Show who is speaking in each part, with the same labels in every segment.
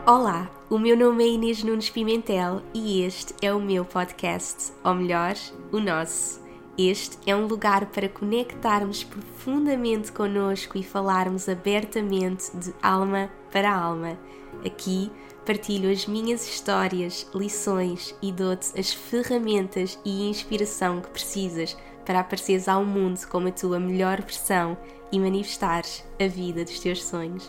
Speaker 1: Olá, o meu nome é Inês Nunes Pimentel e este é o meu podcast, ou melhor, o nosso. Este é um lugar para conectarmos profundamente connosco e falarmos abertamente de alma para alma. Aqui partilho as minhas histórias, lições e dou-te as ferramentas e inspiração que precisas para apareceres ao mundo como a tua melhor versão e manifestares a vida dos teus sonhos.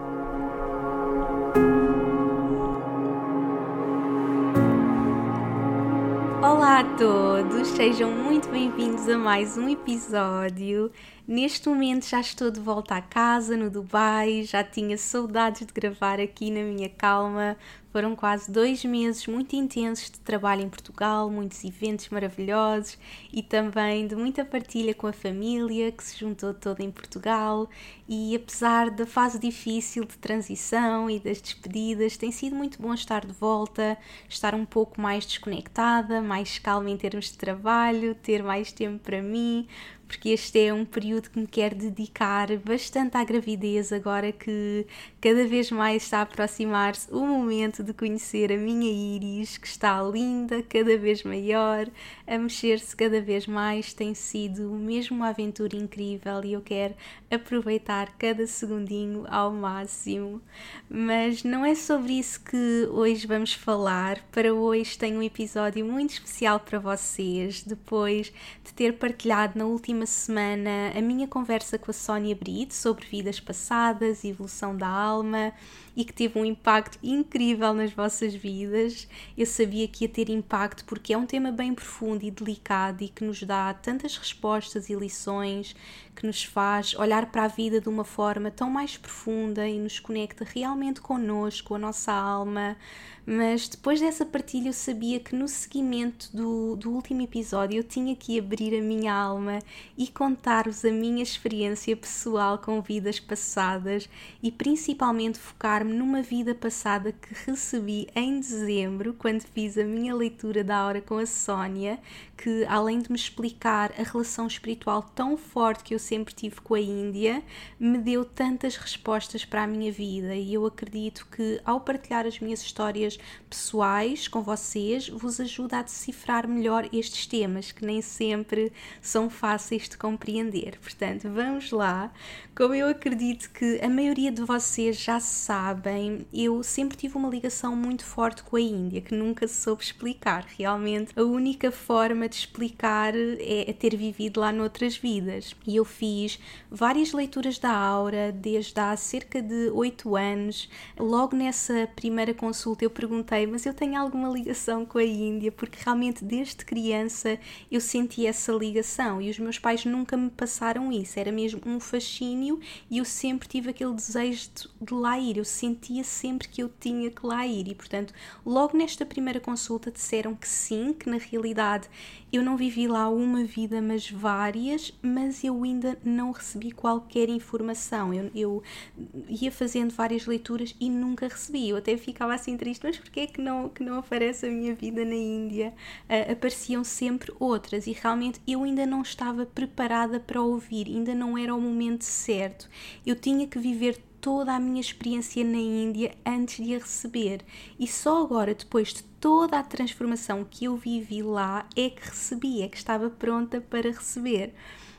Speaker 1: Olá a todos, sejam muito bem-vindos a mais um episódio. Neste momento já estou de volta a casa no Dubai, já tinha saudades de gravar aqui na minha calma. Foram quase 2 meses muito intensos de trabalho em Portugal, muitos eventos maravilhosos e também de muita partilha com a família que se juntou toda em Portugal. E apesar da fase difícil de transição e das despedidas, tem sido muito bom estar de volta, estar um pouco mais desconectada, mais calma em termos de trabalho, ter mais tempo para mim, porque este é um período que me quero dedicar bastante à gravidez, agora que cada vez mais está a aproximar-se o momento de conhecer a minha Iris, que está linda, cada vez maior, a mexer-se cada vez mais. Tem sido mesmo uma aventura incrível e eu quero aproveitar cada segundinho ao máximo. Mas não é sobre isso que hoje vamos falar. Para hoje tenho um episódio muito especial para vocês, depois de ter partilhado na última semana a minha conversa com a Sónia Brito sobre vidas passadas e evolução da alma e que teve um impacto incrível nas vossas vidas. Eu sabia que ia ter impacto porque é um tema bem profundo e delicado e que nos dá tantas respostas e lições, que nos faz olhar para a vida de uma forma tão mais profunda e nos conecta realmente connosco, a nossa alma. Mas depois dessa partilha eu sabia que no seguimento do último episódio eu tinha que abrir a minha alma e contar-vos a minha experiência pessoal com vidas passadas e principalmente focar-me numa vida passada que recebi em dezembro, quando fiz a minha leitura da aura com a Sónia, que além de me explicar a relação espiritual tão forte que eu sempre tive com a Índia, me deu tantas respostas para a minha vida e eu acredito que ao partilhar as minhas histórias pessoais com vocês, vos ajuda a decifrar melhor estes temas que nem sempre são fáceis de compreender. Portanto, vamos lá. Como eu acredito que a maioria de vocês já sabem, eu sempre tive uma ligação muito forte com a Índia, que nunca soube explicar. Realmente, a única forma de explicar é ter vivido lá noutras vidas. E eu fiz várias leituras da aura desde há cerca de 8 anos. Logo nessa primeira consulta eu perguntei, mas eu tenho alguma ligação com a Índia? Porque realmente desde criança eu senti essa ligação e os meus pais nunca me passaram isso. Era mesmo um fascínio e eu sempre tive aquele desejo de lá ir. Eu sentia sempre que eu tinha que lá ir e, portanto, logo nesta primeira consulta disseram que sim, que na realidade eu não vivi lá uma vida, mas várias, mas eu ainda não recebi qualquer informação. Eu ia fazendo várias leituras e nunca recebi. Eu até ficava assim triste, mas porquê é que não aparece a minha vida na Índia? Apareciam sempre outras e realmente eu ainda não estava preparada para ouvir, ainda não era o momento certo. Eu tinha que viver toda a minha experiência na Índia antes de a receber e só agora, depois de toda a transformação que eu vivi lá, é que recebi, é que estava pronta para receber.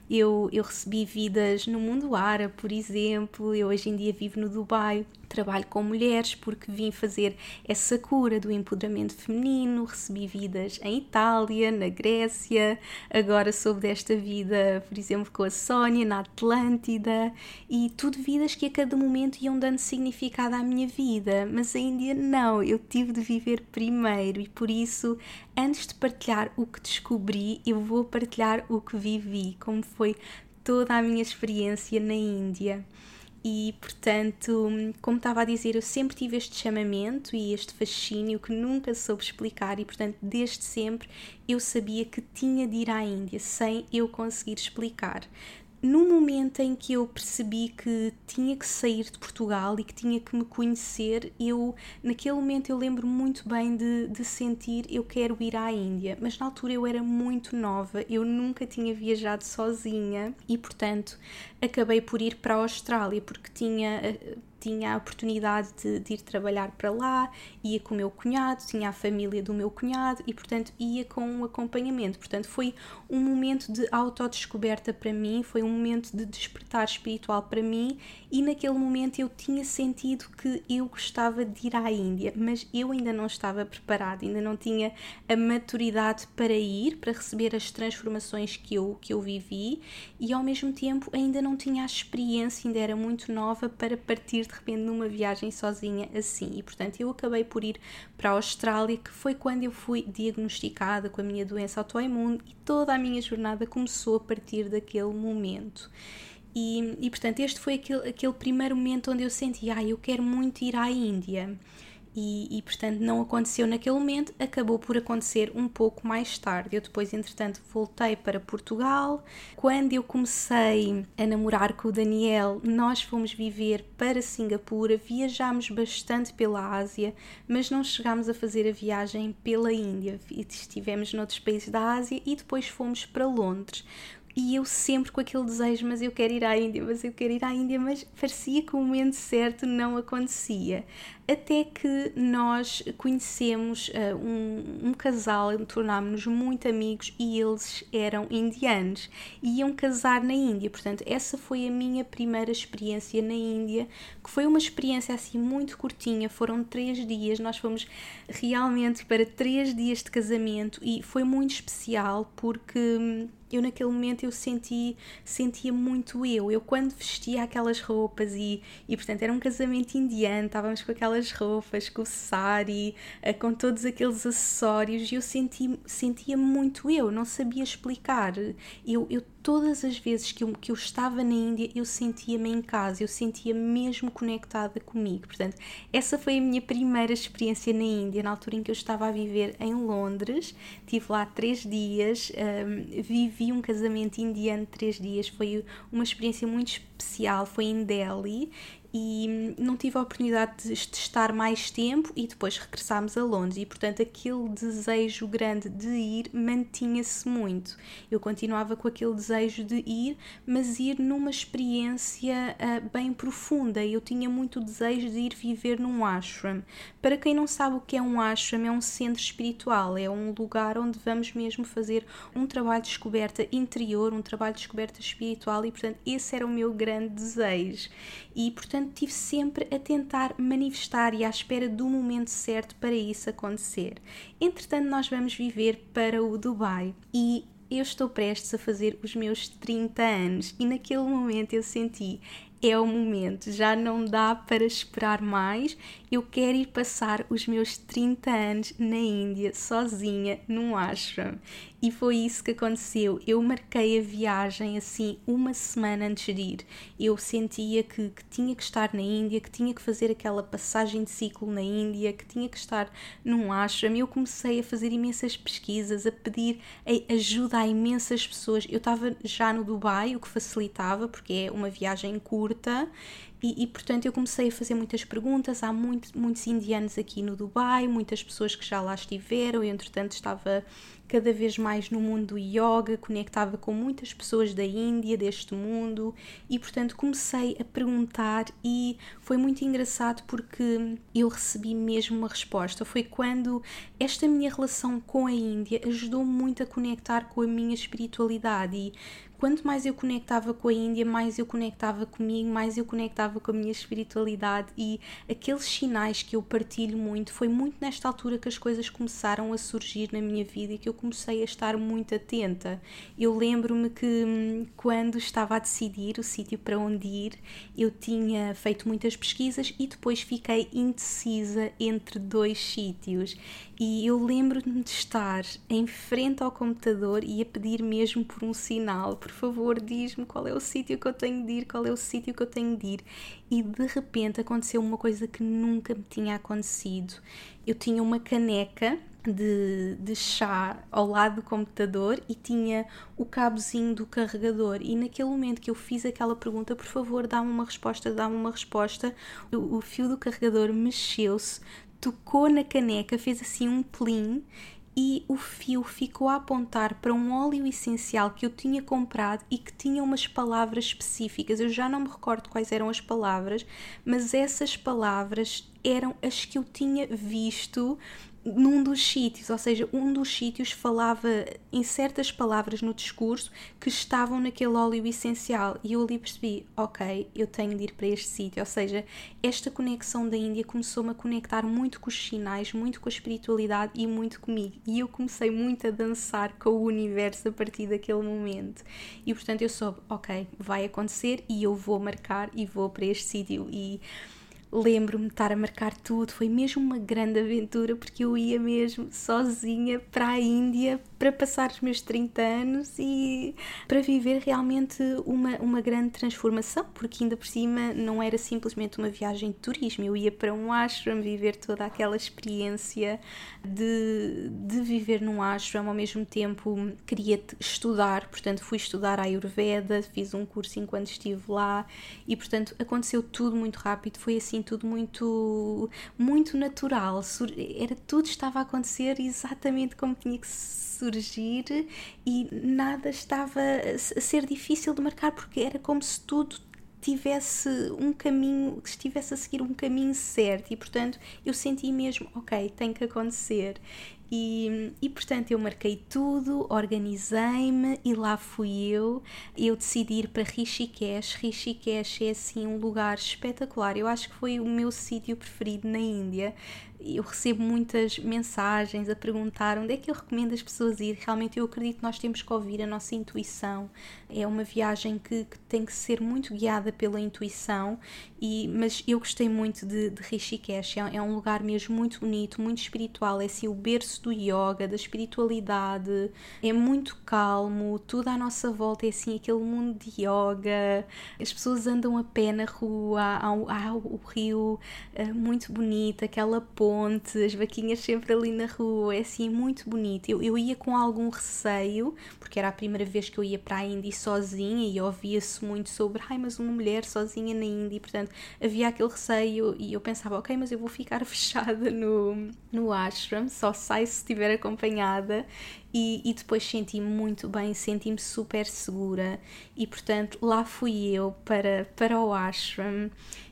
Speaker 1: Eu recebi vidas no mundo árabe, por exemplo. Eu hoje em dia vivo no Dubai, trabalho com mulheres porque vim fazer essa cura do empoderamento feminino. Recebi vidas em Itália, na Grécia, agora soube desta vida, por exemplo, com a Sónia, na Atlântida, e tudo vidas que a cada momento iam dando significado à minha vida, mas a Índia não, eu tive de viver primeiro e por isso, antes de partilhar o que descobri, eu vou partilhar o que vivi, como foi toda a minha experiência na Índia. E, portanto, como estava a dizer, eu sempre tive este chamamento e este fascínio que nunca soube explicar e, portanto, desde sempre eu sabia que tinha de ir à Índia sem eu conseguir explicar. No momento em que eu percebi que tinha que sair de Portugal e que tinha que me conhecer, naquele momento eu lembro muito bem de sentir eu quero ir à Índia, mas na altura eu era muito nova, eu nunca tinha viajado sozinha e, portanto, acabei por ir para a Austrália porque tinha tinha a oportunidade de ir trabalhar para lá, ia com o meu cunhado, tinha a família do meu cunhado e, portanto, ia com um acompanhamento. Portanto, foi um momento de autodescoberta para mim, foi um momento de despertar espiritual para mim, e naquele momento eu tinha sentido que eu gostava de ir à Índia, mas eu ainda não estava preparada, ainda não tinha a maturidade para ir, para receber as transformações que eu vivi, e ao mesmo tempo ainda não tinha a experiência, ainda era muito nova para partir de repente numa viagem sozinha assim. E portanto eu acabei por ir para a Austrália, que foi quando eu fui diagnosticada com a minha doença autoimune, e toda a minha jornada começou a partir daquele momento. E portanto este foi aquele primeiro momento onde eu senti, eu quero muito ir à Índia. E portanto não aconteceu naquele momento, acabou por acontecer um pouco mais tarde. Eu depois, entretanto, voltei para Portugal. Quando eu comecei a namorar com o Daniel, nós fomos viver para Singapura, viajámos bastante pela Ásia, mas não chegámos a fazer a viagem pela Índia. Estivemos noutros países da Ásia e depois fomos para Londres. E eu sempre com aquele desejo, mas eu quero ir à Índia, mas parecia que o momento certo não acontecia. Até que nós conhecemos um casal, tornámos-nos muito amigos, e eles eram indianos e iam casar na Índia. Portanto, essa foi a minha primeira experiência na Índia, que foi uma experiência assim muito curtinha, foram 3 dias, nós fomos realmente para 3 dias de casamento e foi muito especial porque eu naquele momento eu sentia muito eu quando vestia aquelas roupas e portanto era um casamento indiano, estávamos com aquelas roupas, com o sari, com todos aqueles acessórios, e eu sentia muito não sabia explicar, eu todas as vezes que eu estava na Índia eu sentia-me em casa, eu sentia mesmo conectada comigo. Portanto, essa foi a minha primeira experiência na Índia, na altura em que eu estava a viver em Londres. Estive lá 3 dias, vivi um casamento indiano de 3 dias, foi uma experiência muito especial, foi em Delhi, e não tive a oportunidade de estar mais tempo e depois regressámos a Londres, e portanto aquele desejo grande de ir mantinha-se muito. Eu continuava com aquele desejo de ir, mas ir numa experiência bem profunda. Eu tinha muito desejo de ir viver num ashram. Para quem não sabe o que é um ashram, é um centro espiritual, é um lugar onde vamos mesmo fazer um trabalho de descoberta interior, um trabalho de descoberta espiritual, e portanto esse era o meu grande desejo. E portanto estive sempre a tentar manifestar e à espera do momento certo para isso acontecer. Entretanto, nós vamos viver para o Dubai e eu estou prestes a fazer os meus 30 anos, e naquele momento eu senti, é o momento, já não dá para esperar mais, eu quero ir passar os meus 30 anos na Índia, sozinha, num ashram. E foi isso que aconteceu. Eu marquei a viagem assim 1 semana antes de ir. Eu sentia que tinha que estar na Índia, que tinha que fazer aquela passagem de ciclo na Índia, que tinha que estar num ashram. Eu comecei a fazer imensas pesquisas, a pedir ajuda a imensas pessoas. Eu estava já no Dubai, o que facilitava, porque é uma viagem curta. E portanto eu comecei a fazer muitas perguntas. Há muitos indianos aqui no Dubai, muitas pessoas que já lá estiveram. Eu entretanto estava cada vez mais no mundo do yoga, conectava com muitas pessoas da Índia, deste mundo, e portanto comecei a perguntar, e foi muito engraçado porque eu recebi mesmo uma resposta. Foi quando esta minha relação com a Índia ajudou-me muito a conectar com a minha espiritualidade, e quanto mais eu conectava com a Índia, mais eu conectava comigo, mais eu conectava com a minha espiritualidade, e aqueles sinais que eu partilho muito, foi muito nesta altura que as coisas começaram a surgir na minha vida e que eu comecei a estar muito atenta. Eu lembro-me que quando estava a decidir o sítio para onde ir, eu tinha feito muitas pesquisas e depois fiquei indecisa entre 2 sítios. E eu lembro-me de estar em frente ao computador e a pedir mesmo por um sinal, por favor, diz-me qual é o sítio que eu tenho de ir, qual é o sítio que eu tenho de ir. E de repente aconteceu uma coisa que nunca me tinha acontecido. Eu tinha uma caneca de chá ao lado do computador e tinha o cabozinho do carregador, e naquele momento que eu fiz aquela pergunta, por favor, dá-me uma resposta, o fio do carregador mexeu-se, tocou na caneca, fez assim um plim, e o fio ficou a apontar para um óleo essencial que eu tinha comprado e que tinha umas palavras específicas. Eu já não me recordo quais eram as palavras, mas essas palavras eram as que eu tinha visto num dos sítios, ou seja, um dos sítios falava em certas palavras no discurso que estavam naquele óleo essencial, e eu ali percebi, ok, eu tenho de ir para este sítio, ou seja, esta conexão da Índia começou-me a conectar muito com os sinais, muito com a espiritualidade e muito comigo, e eu comecei muito a dançar com o universo a partir daquele momento, e portanto eu soube, ok, vai acontecer e eu vou marcar e vou para este sítio. E lembro-me de estar a marcar tudo, foi mesmo uma grande aventura, porque eu ia mesmo sozinha para a Índia para passar os meus 30 anos e para viver realmente uma grande transformação, porque ainda por cima não era simplesmente uma viagem de turismo, eu ia para um ashram viver toda aquela experiência de viver num ashram, ao mesmo tempo queria estudar, portanto fui estudar a Ayurveda, fiz um curso enquanto estive lá e portanto aconteceu tudo muito rápido, foi assim tudo muito, muito natural, tudo estava a acontecer exatamente como tinha que surgir e nada estava a ser difícil de marcar, porque era como se tudo tivesse um caminho, estivesse a seguir um caminho certo e portanto eu senti mesmo, ok, tem que acontecer. E portanto eu marquei tudo, organizei-me e lá fui eu decidi ir para Rishikesh. Rishikesh é assim um lugar espetacular, eu acho que foi o meu sítio preferido na Índia. Eu recebo muitas mensagens a perguntar onde é que eu recomendo as pessoas ir. Realmente eu acredito que nós temos que ouvir a nossa intuição, é uma viagem que tem que ser muito guiada pela intuição, mas eu gostei muito de Rishikesh, é um lugar mesmo muito bonito, muito espiritual, é assim o berço do yoga, da espiritualidade, é muito calmo, tudo à nossa volta é assim aquele mundo de yoga, as pessoas andam a pé na rua, há o rio muito bonito, aquela ponte, as vaquinhas sempre ali na rua, é assim muito bonito. Eu ia com algum receio, porque era a primeira vez que eu ia para a Índia sozinha e ouvia-se muito sobre, mas uma mulher sozinha na Índia, e portanto havia aquele receio e eu pensava, ok, mas eu vou ficar fechada no ashram, só saio se estiver acompanhada. E depois senti-me muito bem, senti-me super segura e portanto lá fui eu para o ashram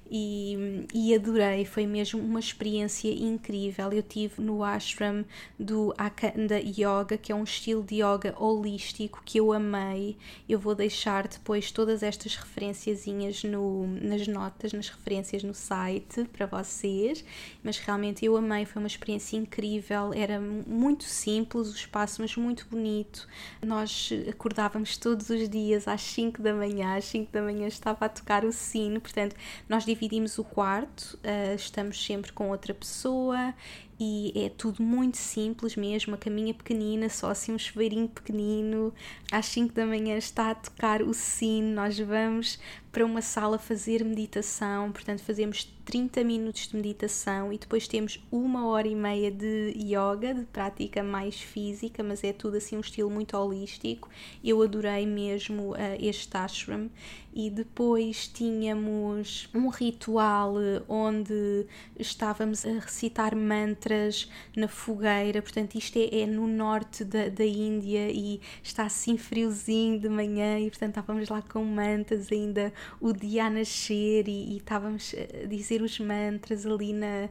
Speaker 1: e adorei, foi mesmo uma experiência incrível. Eu estive no ashram do Akanda Yoga, que é um estilo de yoga holístico que eu amei. Eu vou deixar depois todas estas referenciazinhas nas notas, nas referências no site para vocês, mas realmente eu amei, foi uma experiência incrível, era muito simples o espaço, mas muito bonito. Nós acordávamos todos os dias às 5 da manhã, às 5 da manhã estava a tocar o sino, portanto nós dividimos o quarto, estamos sempre com outra pessoa e é tudo muito simples mesmo, a caminha pequenina, só assim um chuveirinho pequenino, às 5 da manhã está a tocar o sino, nós vamos para uma sala fazer meditação, portanto fazemos 30 minutos de meditação e depois temos 1h30 de yoga, de prática mais física, mas é tudo assim um estilo muito holístico. Eu adorei mesmo este ashram. E depois tínhamos um ritual onde estávamos a recitar mantras na fogueira, portanto isto é no norte da Índia e está assim friozinho de manhã e portanto estávamos lá com mantras ainda o dia a nascer e estávamos a dizer os mantras ali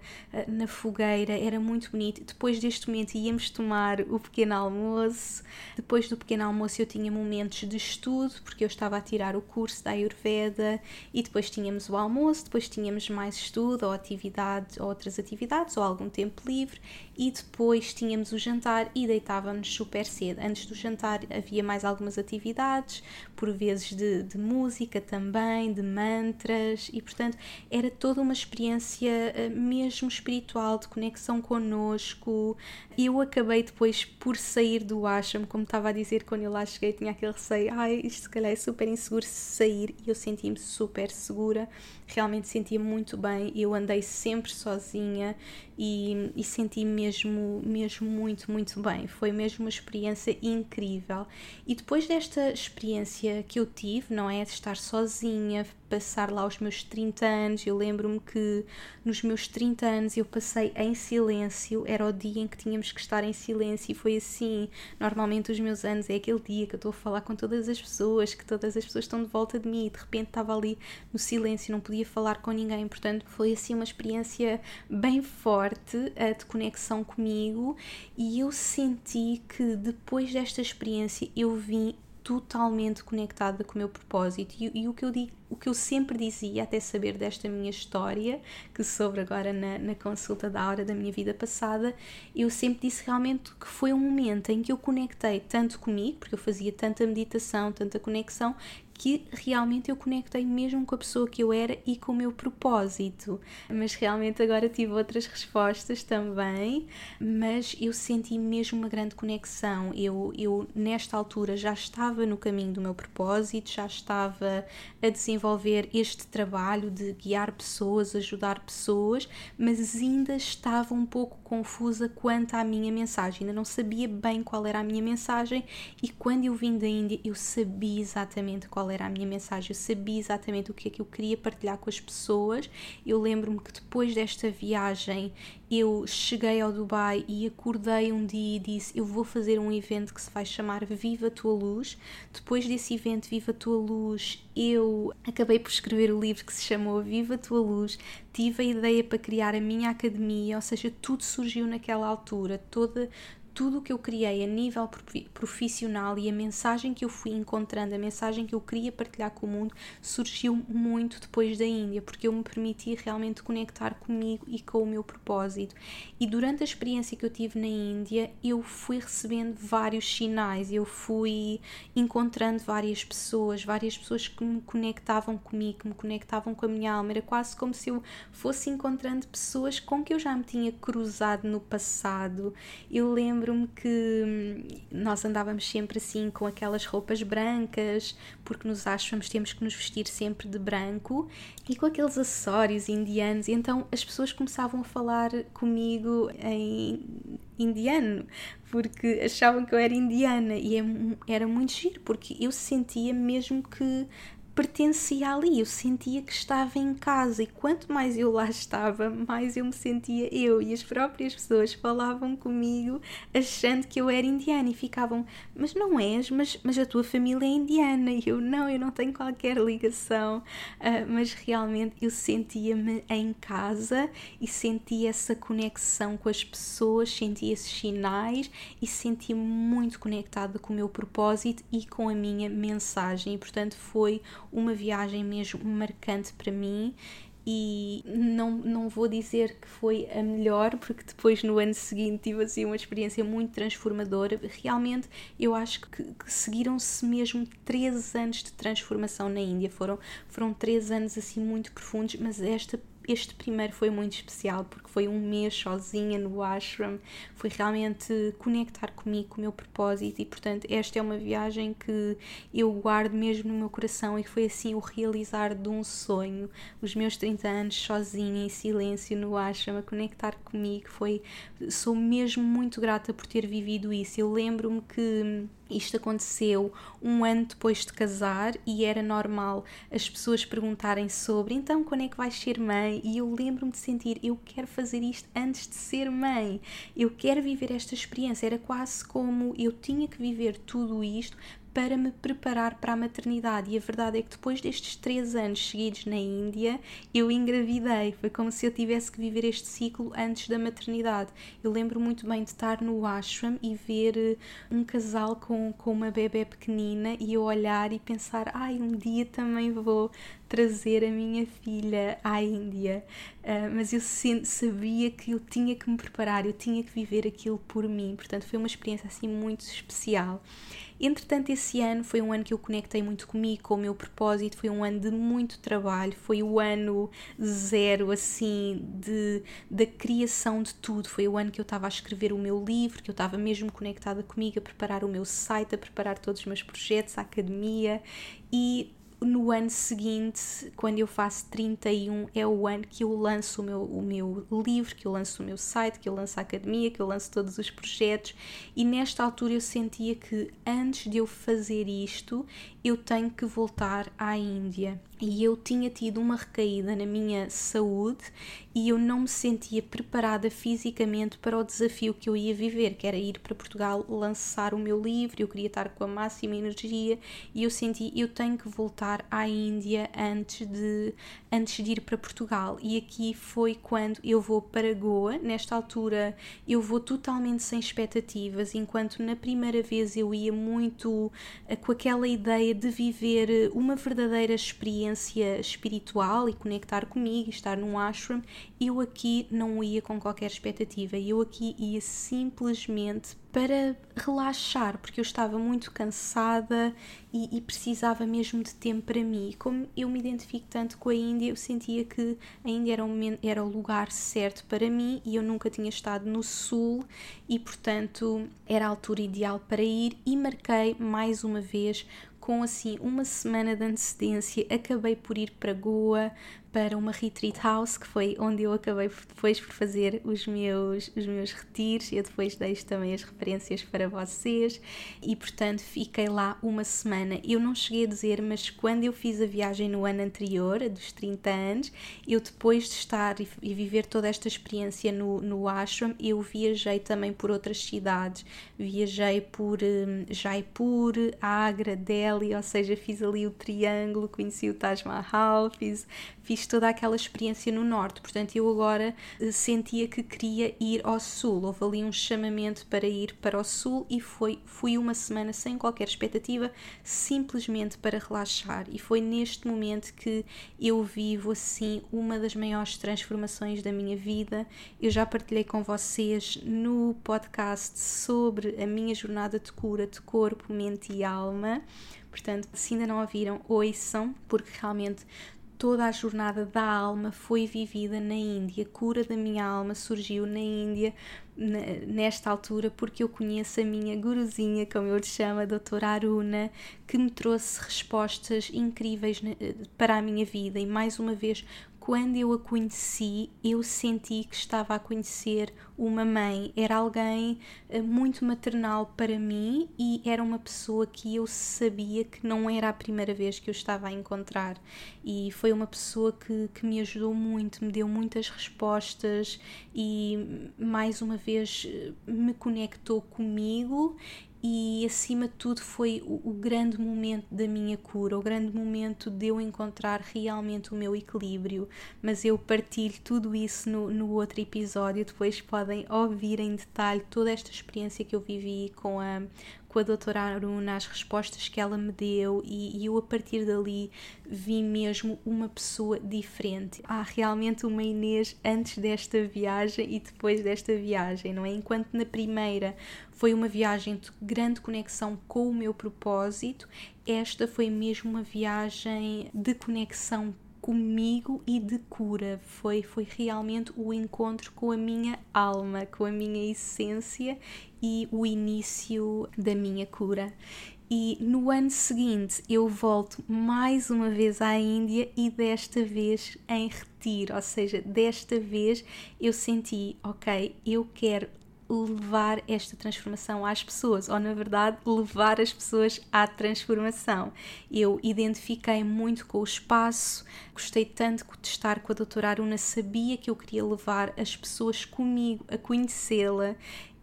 Speaker 1: na fogueira, era muito bonito. Depois deste momento íamos tomar o pequeno almoço, depois do pequeno almoço eu tinha momentos de estudo, porque eu estava a tirar o curso da Ayurveda e depois tínhamos o almoço, depois tínhamos mais estudo ou atividades, ou outras atividades ou algum tempo livre e depois tínhamos o jantar e deitávamos super cedo. Antes do jantar havia mais algumas atividades, por vezes de música também, de mantras e portanto era toda uma experiência mesmo espiritual, de conexão connosco. Eu acabei depois por sair do ashram, como estava a dizer, quando eu lá cheguei tinha aquele receio, isto se calhar é super inseguro se sair, e eu senti-me super segura, realmente sentia muito bem, eu andei sempre sozinha e senti mesmo muito, muito bem. Foi mesmo uma experiência incrível. E depois desta experiência que eu tive, não é? De estar sozinha, passar lá os meus 30 anos, eu lembro-me que nos meus 30 anos eu passei em silêncio, era o dia em que tínhamos que estar em silêncio e foi assim. Normalmente os meus anos é aquele dia que eu estou a falar com todas as pessoas, que todas as pessoas estão de volta de mim e de repente estava ali no silêncio, não podia falar com ninguém, portanto foi assim uma experiência bem forte de conexão comigo e eu senti que depois desta experiência eu vim totalmente conectada com o meu propósito e o que eu sempre dizia até saber desta minha história que soube agora na consulta da Aura da minha vida passada, eu sempre disse realmente que foi um momento em que eu conectei tanto comigo, porque eu fazia tanta meditação, tanta conexão, que realmente eu conectei mesmo com a pessoa que eu era e com o meu propósito. Mas realmente agora tive outras respostas também, mas eu senti mesmo uma grande conexão. Eu nesta altura já estava no caminho do meu propósito, já estava a desenvolver este trabalho de guiar pessoas, ajudar pessoas, mas ainda estava um pouco confusa quanto à minha mensagem, ainda não sabia bem qual era a minha mensagem e quando eu vim da Índia eu sabia exatamente qual era a minha mensagem, eu sabia exatamente o que é que eu queria partilhar com as pessoas. Eu lembro-me que depois desta viagem eu cheguei ao Dubai e acordei um dia e disse, eu vou fazer um evento que se vai chamar Viva a Tua Luz. Depois desse evento Viva a Tua Luz, eu acabei por escrever o livro que se chamou Viva a Tua Luz, tive a ideia para criar a minha academia, ou seja, tudo surgiu naquela altura, tudo o que eu criei a nível profissional e a mensagem que eu fui encontrando, a mensagem que eu queria partilhar com o mundo, surgiu muito depois da Índia, porque eu me permiti realmente conectar comigo e com o meu propósito. E durante a experiência que eu tive na Índia, eu fui recebendo vários sinais, eu fui encontrando várias pessoas que me conectavam comigo, que me conectavam com a minha alma. Era quase como se eu fosse encontrando pessoas com que eu já me tinha cruzado no passado. Eu lembro-me que nós andávamos sempre assim com aquelas roupas brancas, porque nos ashrams temos que nos vestir sempre de branco e com aqueles acessórios indianos, e então as pessoas começavam a falar comigo em indiano, porque achavam que eu era indiana e era muito giro, porque eu sentia mesmo que pertencia ali, eu sentia que estava em casa e quanto mais eu lá estava, mais eu me sentia eu, e as próprias pessoas falavam comigo achando que eu era indiana e ficavam, mas não és, mas a tua família é indiana, e eu não tenho qualquer ligação, mas realmente eu sentia-me em casa e sentia essa conexão com as pessoas, sentia esses sinais e sentia-me muito conectada com o meu propósito e com a minha mensagem, e portanto foi uma viagem mesmo marcante para mim. E não vou dizer que foi a melhor, porque depois no ano seguinte tive assim uma experiência muito transformadora. Realmente eu acho que seguiram-se mesmo 3 anos de transformação na Índia, foram 3 anos assim muito profundos, mas este primeiro foi muito especial porque foi um mês sozinha no ashram, foi realmente conectar comigo, com o meu propósito, e portanto esta é uma viagem que eu guardo mesmo no meu coração e que foi assim o realizar de um sonho. Os meus 30 anos sozinha, em silêncio no ashram, a conectar comigo, sou mesmo muito grata por ter vivido isso. Eu lembro-me que isto aconteceu um ano depois de casar e era normal as pessoas perguntarem sobre, então quando é que vais ser mãe? E eu lembro-me de sentir, eu quero fazer isto antes de ser mãe, eu quero viver esta experiência. Era quase como eu tinha que viver tudo isto para me preparar para a maternidade, e a verdade é que depois destes 3 anos seguidos na Índia, eu engravidei. Foi como se eu tivesse que viver este ciclo antes da maternidade. Eu lembro muito bem de estar no ashram e ver um casal com uma bebé pequenina e eu olhar e pensar, um dia também vou trazer a minha filha à Índia, mas eu sabia que eu tinha que me preparar, eu tinha que viver aquilo por mim, portanto foi uma experiência assim muito especial. Entretanto, esse ano foi um ano que eu conectei muito comigo, com o meu propósito, foi um ano de muito trabalho, foi o ano zero, assim, da criação de tudo. Foi o ano que eu estava a escrever o meu livro, que eu estava mesmo conectada comigo, a preparar o meu site, a preparar todos os meus projetos, a academia, e no ano seguinte, quando eu faço 31, é o ano que eu lanço o meu livro, que eu lanço o meu site, que eu lanço a academia, que eu lanço todos os projetos, e nesta altura eu sentia que antes de eu fazer isto, eu tenho que voltar à Índia. E eu tinha tido uma recaída na minha saúde e eu não me sentia preparada fisicamente para o desafio que eu ia viver, que era ir para Portugal lançar o meu livro. Eu queria estar com a máxima energia e eu senti, eu tenho que voltar à Índia antes de ir para Portugal. E aqui foi quando eu vou para Goa. Nesta altura eu vou totalmente sem expectativas, enquanto na primeira vez eu ia muito com aquela ideia de viver uma verdadeira experiência espiritual e conectar comigo, estar num ashram. Eu aqui não ia com qualquer expectativa, eu aqui ia simplesmente para relaxar, porque eu estava muito cansada e precisava mesmo de tempo para mim. Como eu me identifico tanto com a Índia, eu sentia que a Índia era o lugar certo para mim e eu nunca tinha estado no sul e, portanto, era a altura ideal para ir e marquei mais uma vez com assim uma semana de antecedência. Acabei por ir para Goa, para uma retreat house, que foi onde eu acabei depois por fazer os meus retiros. Eu depois deixo também as referências para vocês e, portanto, fiquei lá uma semana. Eu não cheguei a dizer, mas quando eu fiz a viagem no ano anterior, a dos 30 anos, eu depois de estar e viver toda esta experiência no ashram, eu viajei também por outras cidades. Viajei por Jaipur, Agra, Delhi, ou seja, fiz ali o triângulo, conheci o Taj Mahal, fiz toda aquela experiência no norte. Portanto, eu agora sentia que queria ir ao sul. Houve ali um chamamento para ir para o sul e fui uma semana sem qualquer expectativa, simplesmente para relaxar. E foi neste momento que eu vivo assim uma das maiores transformações da minha vida. Eu já partilhei com vocês no podcast sobre a minha jornada de cura de corpo, mente e alma. Portanto, se ainda não a viram, ouçam, porque realmente toda a jornada da alma foi vivida na Índia. A cura da minha alma surgiu na Índia, nesta altura, porque eu conheço a minha guruzinha, como eu lhe chamo, a doutora Aruna, que me trouxe respostas incríveis para a minha vida. E mais uma vez, quando eu a conheci, eu senti que estava a conhecer uma mãe. Era alguém muito maternal para mim e era uma pessoa que eu sabia que não era a primeira vez que eu estava a encontrar. E foi uma pessoa que me ajudou muito, me deu muitas respostas e, mais uma vez, me conectou comigo. E, acima de tudo, foi o grande momento da minha cura, o grande momento de eu encontrar realmente o meu equilíbrio. Mas eu partilho tudo isso no outro episódio. Depois podem ouvir em detalhe toda esta experiência que eu vivi com a doutora Aruna, as respostas que ela me deu, e eu a partir dali vi mesmo uma pessoa diferente. Há realmente uma Inês antes desta viagem e depois desta viagem, não é? Enquanto na primeira foi uma viagem de grande conexão com o meu propósito, esta foi mesmo uma viagem de conexão comigo e de cura. Foi realmente o encontro com a minha alma, com a minha essência e o início da minha cura. E no ano seguinte eu volto mais uma vez à Índia e desta vez em retiro, ou seja, desta vez eu senti, ok, eu quero levar esta transformação às pessoas, ou na verdade levar as pessoas à transformação. Eu identifiquei muito com o espaço, gostei tanto de estar com a doutora Aruna, sabia que eu queria levar as pessoas comigo a conhecê-la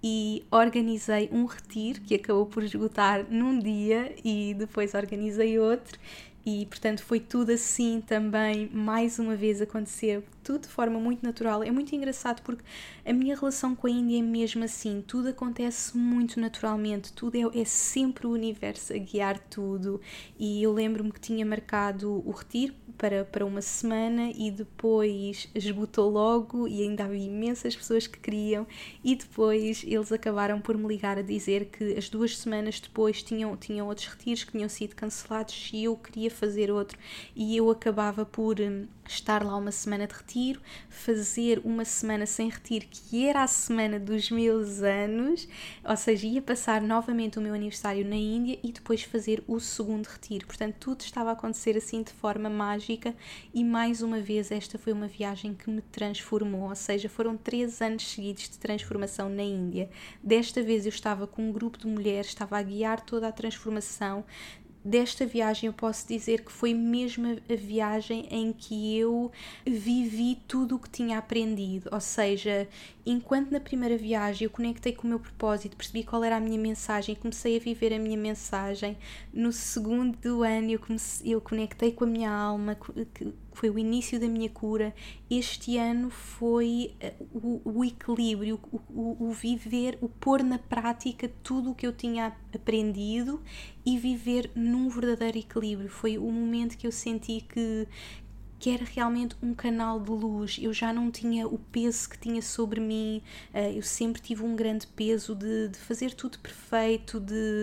Speaker 1: e organizei um retiro que acabou por esgotar num dia e depois organizei outro. E, portanto, foi tudo assim também, mais uma vez acontecer, tudo de forma muito natural. É muito engraçado porque a minha relação com a Índia é mesmo assim, tudo acontece muito naturalmente, tudo é sempre o universo a guiar tudo. E eu lembro-me que tinha marcado o retiro para uma semana e depois esgotou logo e ainda havia imensas pessoas que queriam, e depois eles acabaram por me ligar a dizer que as 2 semanas depois tinham outros retiros que tinham sido cancelados e eu queria fazer outro, e eu acabava por estar lá uma semana de retiro, fazer uma semana sem retiro, que era a semana dos meus anos, ou seja, ia passar novamente o meu aniversário na Índia e depois fazer o segundo retiro. Portanto, tudo estava a acontecer assim de forma mágica e mais uma vez esta foi uma viagem que me transformou, ou seja, foram 3 anos seguidos de transformação na Índia. Desta vez eu estava com um grupo de mulheres, estava a guiar toda a transformação. Desta viagem eu posso dizer que foi mesmo a viagem em que eu vivi tudo o que tinha aprendido, ou seja, enquanto na primeira viagem eu conectei com o meu propósito, percebi qual era a minha mensagem, comecei a viver a minha mensagem. No segundo ano eu conectei com a minha alma, que foi o início da minha cura. Este ano foi o equilíbrio, o viver, o pôr na prática tudo o que eu tinha aprendido e viver num verdadeiro equilíbrio. Foi o momento que eu senti que era realmente um canal de luz. Eu já não tinha o peso que tinha sobre mim, eu sempre tive um grande peso de fazer tudo perfeito,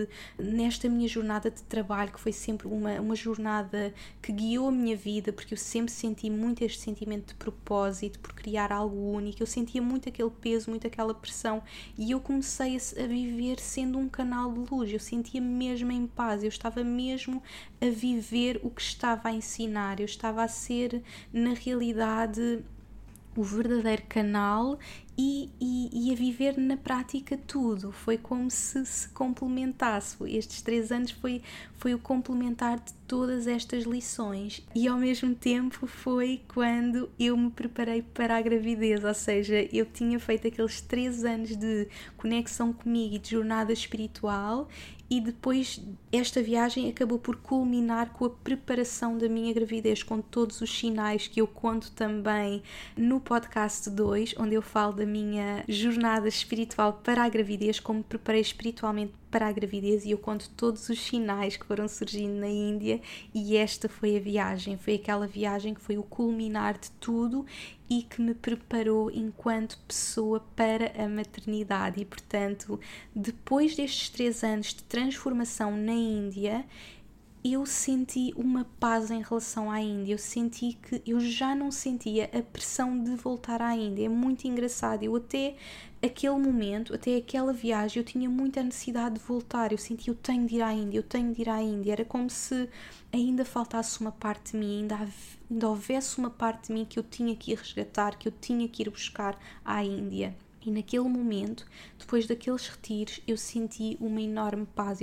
Speaker 1: nesta minha jornada de trabalho, que foi sempre uma jornada que guiou a minha vida, porque eu sempre senti muito este sentimento de propósito, por criar algo único. Eu sentia muito aquele peso, muito aquela pressão, e eu comecei a viver sendo um canal de luz. Eu sentia mesmo em paz, eu estava mesmo a viver o que estava a ensinar, eu estava a ser na realidade o verdadeiro canal e a viver na prática tudo. Foi como se complementasse. Estes 3 anos foi o complementar de todas estas lições, e ao mesmo tempo foi quando eu me preparei para a gravidez, ou seja, eu tinha feito aqueles 3 anos de conexão comigo e de jornada espiritual, e depois esta viagem acabou por culminar com a preparação da minha gravidez, com todos os sinais que eu conto também no podcast 2, onde eu falo da minha jornada espiritual para a gravidez, como me preparei espiritualmente para a gravidez, e eu conto todos os sinais que foram surgindo na Índia. E esta foi a viagem, foi aquela viagem que foi o culminar de tudo e que me preparou enquanto pessoa para a maternidade. E portanto, depois destes 3 anos de transformação na Índia, eu senti uma paz em relação à Índia. Eu senti que eu já não sentia a pressão de voltar à Índia. É muito engraçado. Eu até aquele momento, até aquela viagem, eu tinha muita necessidade de voltar. Eu sentia, eu tenho de ir à Índia, eu tenho de ir à Índia. Era como se ainda faltasse uma parte de mim, ainda houvesse uma parte de mim que eu tinha que ir resgatar, que eu tinha que ir buscar à Índia. E naquele momento, depois daqueles retiros, eu senti uma enorme paz. Eu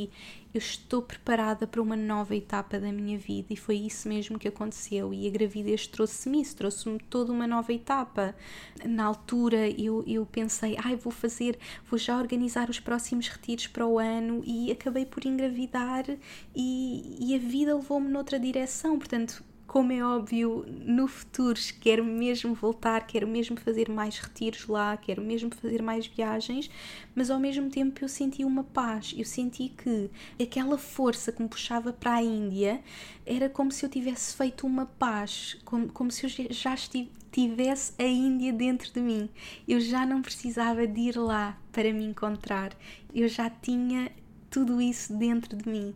Speaker 1: estou preparada para uma nova etapa da minha vida, e foi isso mesmo que aconteceu. E a gravidez trouxe-me isso, trouxe-me toda uma nova etapa. Na altura eu pensei, vou já organizar os próximos retiros para o ano, e acabei por engravidar e a vida levou-me noutra direção. Portanto, como é óbvio, no futuro quero mesmo voltar, quero mesmo fazer mais retiros lá, quero mesmo fazer mais viagens, mas ao mesmo tempo eu senti uma paz. Eu senti que aquela força que me puxava para a Índia era como se eu tivesse feito uma paz, como se eu já tivesse a Índia dentro de mim. Eu já não precisava de ir lá para me encontrar, eu já tinha tudo isso dentro de mim.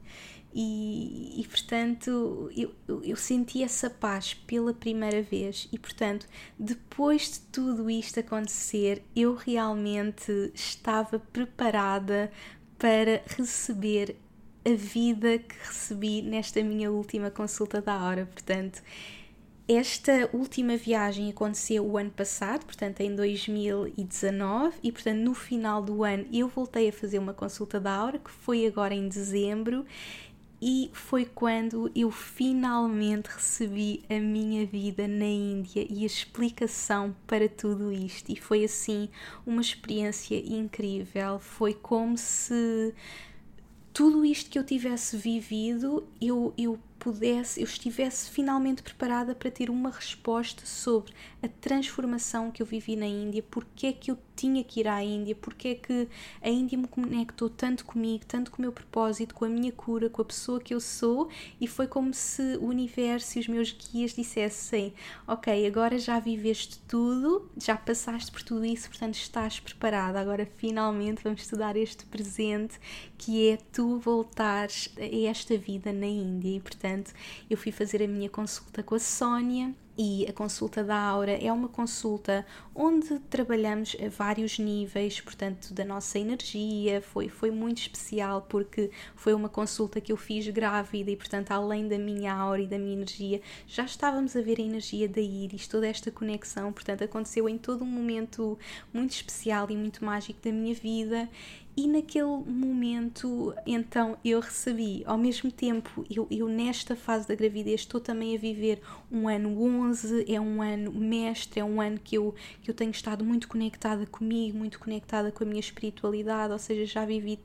Speaker 1: E portanto, eu senti essa paz pela primeira vez. E portanto, depois de tudo isto acontecer, eu realmente estava preparada para receber a vida que recebi nesta minha última consulta da Aura. Portanto, esta última viagem aconteceu o ano passado, portanto em 2019, e portanto no final do ano eu voltei a fazer uma consulta da Aura, que foi agora em dezembro. E foi quando eu finalmente recebi a minha vida na Índia e a explicação para tudo isto. E foi assim uma experiência incrível. Foi como se tudo isto que eu tivesse vivido, eu estivesse finalmente preparada para ter uma resposta sobre a transformação que eu vivi na Índia, porque é que eu tinha que ir à Índia, porque é que a Índia me conectou tanto comigo, tanto com o meu propósito, com a minha cura, com a pessoa que eu sou. E foi como se o universo e os meus guias dissessem: ok, agora já viveste tudo, já passaste por tudo isso, portanto estás preparada, agora finalmente vamos te dar este presente, que é tu voltares a esta vida na Índia. E portanto eu fui fazer a minha consulta com a Sónia, E a consulta da Aura é uma consulta onde trabalhamos a vários níveis, portanto, da nossa energia. Foi muito especial porque foi uma consulta que eu fiz grávida e, portanto, além da minha aura e da minha energia, já estávamos a ver a energia da Iris, toda esta conexão. Portanto, aconteceu em todo um momento muito especial e muito mágico da minha vida. E naquele momento, então, eu recebi, ao mesmo tempo, eu nesta fase da gravidez estou também a viver um ano 11, é um ano mestre, é um ano que eu tenho estado muito conectada comigo, muito conectada com a minha espiritualidade, ou seja, já vivi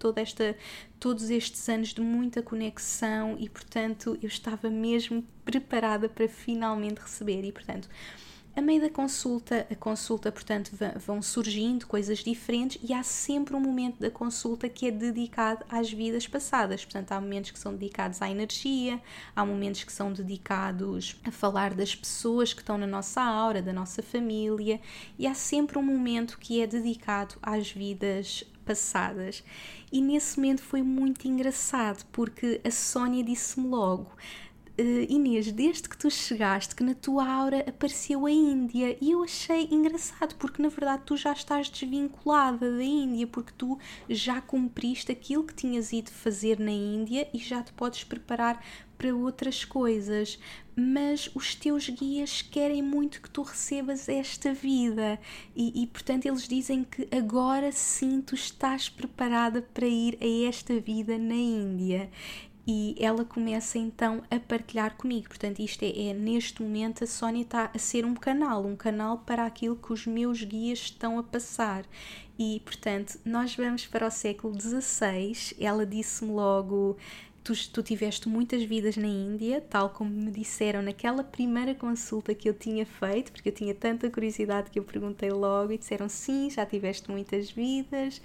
Speaker 1: todos estes anos de muita conexão e, portanto, eu estava mesmo preparada para finalmente receber e, portanto, a meio da a consulta, portanto, vão surgindo coisas diferentes e há sempre um momento da consulta que é dedicado às vidas passadas. Portanto, há momentos que são dedicados à energia, há momentos que são dedicados a falar das pessoas que estão na nossa aura, da nossa família, e há sempre um momento que é dedicado às vidas passadas. E nesse momento foi muito engraçado, porque a Sónia disse-me logo: Inês, desde que tu chegaste, que na tua aura apareceu a Índia, e eu achei engraçado, porque na verdade tu já estás desvinculada da Índia, porque tu já cumpriste aquilo que tinhas ido fazer na Índia e já te podes preparar para outras coisas, mas os teus guias querem muito que tu recebas esta vida e portanto eles dizem que agora sim tu estás preparada para ir a esta vida na Índia. E ela começa então a partilhar comigo. Portanto, isto é neste momento a Sónia está a ser um canal para aquilo que os meus guias estão a passar. E, portanto, nós vamos para o século XVI. Ela disse-me logo: tu tiveste muitas vidas na Índia, tal como me disseram naquela primeira consulta que eu tinha feito, porque eu tinha tanta curiosidade que eu perguntei logo e disseram sim, já tiveste muitas vidas.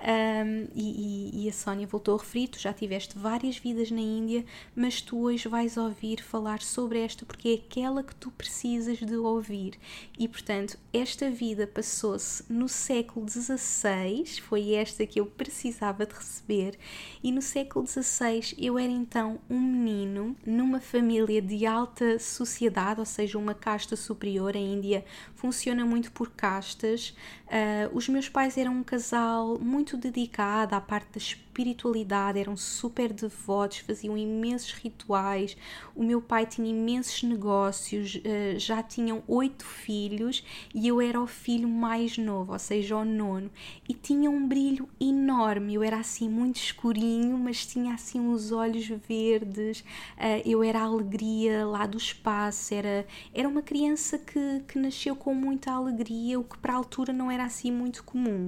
Speaker 1: E a Sónia voltou a referir: tu já tiveste várias vidas na Índia, mas tu hoje vais ouvir falar sobre esta porque é aquela que tu precisas de ouvir. E portanto, esta vida passou-se no século XVI, foi esta que eu precisava de receber, e no século XVI eu era então um menino numa família de alta sociedade, ou seja, uma casta superior. A Índia funciona muito por castas. Os meus pais eram um casal muito dedicado à parte da espiritualidade, eram super devotos, faziam imensos rituais. O meu pai tinha imensos negócios, já tinham 8 filhos e eu era o filho mais novo, ou seja, o nono, e tinha um brilho enorme. Eu era assim muito escurinho, mas tinha assim uns olhos verdes. Eu era a alegria lá do espaço, era uma criança que nasceu com muita alegria, o que para a altura não era assim muito comum.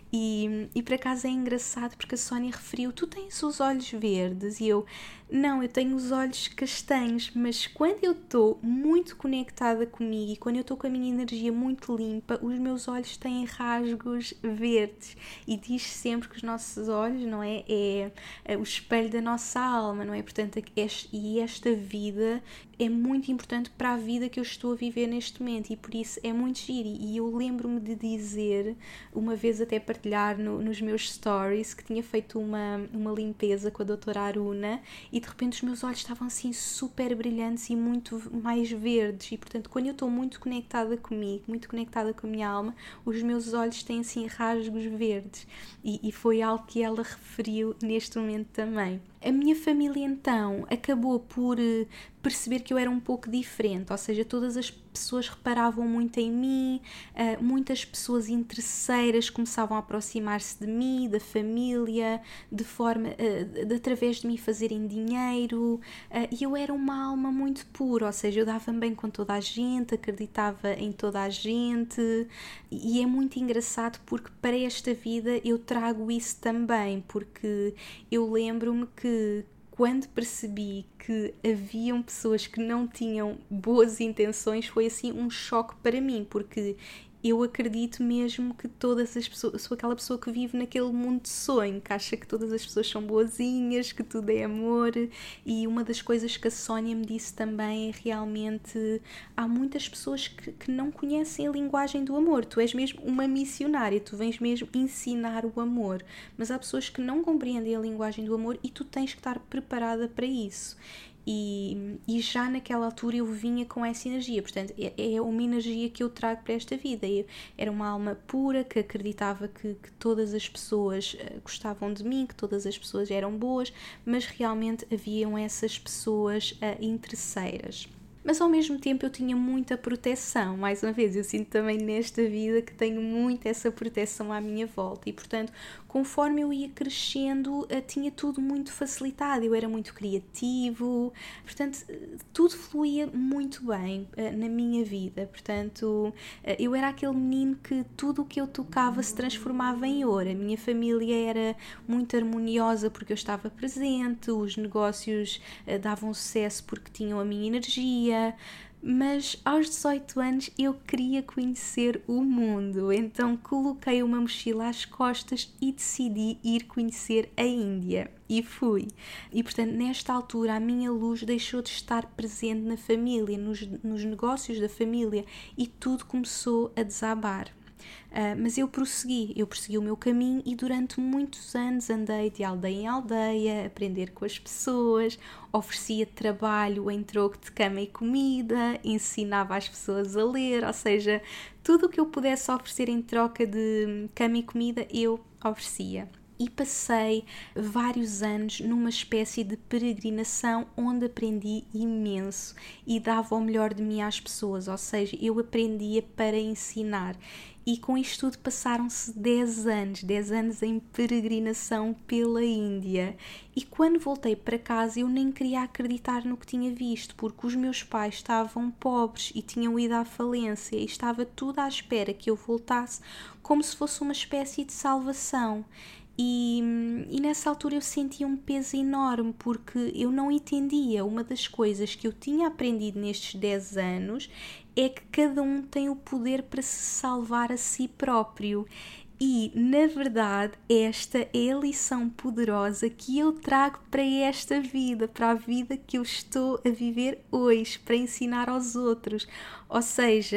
Speaker 1: E por acaso é engraçado porque a Sónia referiu: tu tens os olhos verdes? E eu: não, eu tenho os olhos castanhos, mas quando eu estou muito conectada comigo e quando eu estou com a minha energia muito limpa, os meus olhos têm rasgos verdes. E diz sempre que os nossos olhos, não é? É o espelho da nossa alma, não é? Portanto, esta vida é muito importante para a vida que eu estou a viver neste momento e por isso é muito giro. E eu lembro-me de dizer, uma vez até partilhar nos meus stories, que tinha feito uma limpeza com a doutora Aruna e de repente os meus olhos estavam assim super brilhantes e muito mais verdes. E portanto, quando eu estou muito conectada comigo, muito conectada com a minha alma, os meus olhos têm assim rasgos verdes. E foi algo que ela referiu neste momento também. A minha família então acabou por perceber que eu era um pouco diferente, ou seja, todas as pessoas reparavam muito em mim, muitas pessoas interesseiras começavam a aproximar-se de mim, da família, de forma, através de mim fazerem dinheiro, e eu era uma alma muito pura, ou seja, eu dava-me bem com toda a gente, acreditava em toda a gente, e é muito engraçado porque para esta vida eu trago isso também, porque eu lembro-me que quando percebi que haviam pessoas que não tinham boas intenções, foi assim um choque para mim, porque eu acredito mesmo que todas as pessoas, sou aquela pessoa que vive naquele mundo de sonho, que acha que todas as pessoas são boazinhas, que tudo é amor. E uma das coisas que a Sónia me disse também é realmente há muitas pessoas que não conhecem a linguagem do amor. Tu és mesmo uma missionária, tu vens mesmo ensinar o amor, mas há pessoas que não compreendem a linguagem do amor e tu tens que estar preparada para isso. E já naquela altura eu vinha com essa energia, portanto é uma energia que eu trago para esta vida. Eu era uma alma pura que acreditava que todas as pessoas gostavam de mim, que todas as pessoas eram boas, mas realmente haviam essas pessoas interesseiras. Mas ao mesmo tempo eu tinha muita proteção, mais uma vez, eu sinto também nesta vida que tenho muito essa proteção à minha volta e, portanto, conforme eu ia crescendo, tinha tudo muito facilitado, eu era muito criativo, portanto, tudo fluía muito bem na minha vida, portanto, eu era aquele menino que tudo o que eu tocava se transformava em ouro, a minha família era muito harmoniosa porque eu estava presente, os negócios davam sucesso porque tinham a minha energia. Mas aos 18 anos eu queria conhecer o mundo, então coloquei uma mochila às costas e decidi ir conhecer a Índia. E fui. E portanto, nesta altura, a minha luz deixou de estar presente na família, nos negócios da família, e tudo começou a desabar. Mas eu prossegui o meu caminho e durante muitos anos andei de aldeia em aldeia, a aprender com as pessoas, oferecia trabalho em troco de cama e comida, ensinava as pessoas a ler, ou seja, tudo o que eu pudesse oferecer em troca de cama e comida eu oferecia. E passei vários anos numa espécie de peregrinação onde aprendi imenso e dava o melhor de mim às pessoas, ou seja, eu aprendia para ensinar. E com isto tudo passaram-se 10 anos em peregrinação pela Índia. E quando voltei para casa eu nem queria acreditar no que tinha visto, porque os meus pais estavam pobres e tinham ido à falência e estava tudo à espera que eu voltasse como se fosse uma espécie de salvação. E nessa altura eu sentia um peso enorme porque eu não entendia. Uma das coisas que eu tinha aprendido nestes 10 anos é que cada um tem o poder para se salvar a si próprio. E, na verdade, esta é a lição poderosa que eu trago para esta vida, para a vida que eu estou a viver hoje, para ensinar aos outros. Ou seja,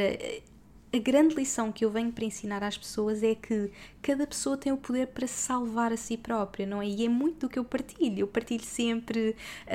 Speaker 1: a grande lição que eu venho para ensinar às pessoas é que cada pessoa tem o poder para se salvar a si própria, não é? E é muito do que eu partilho sempre,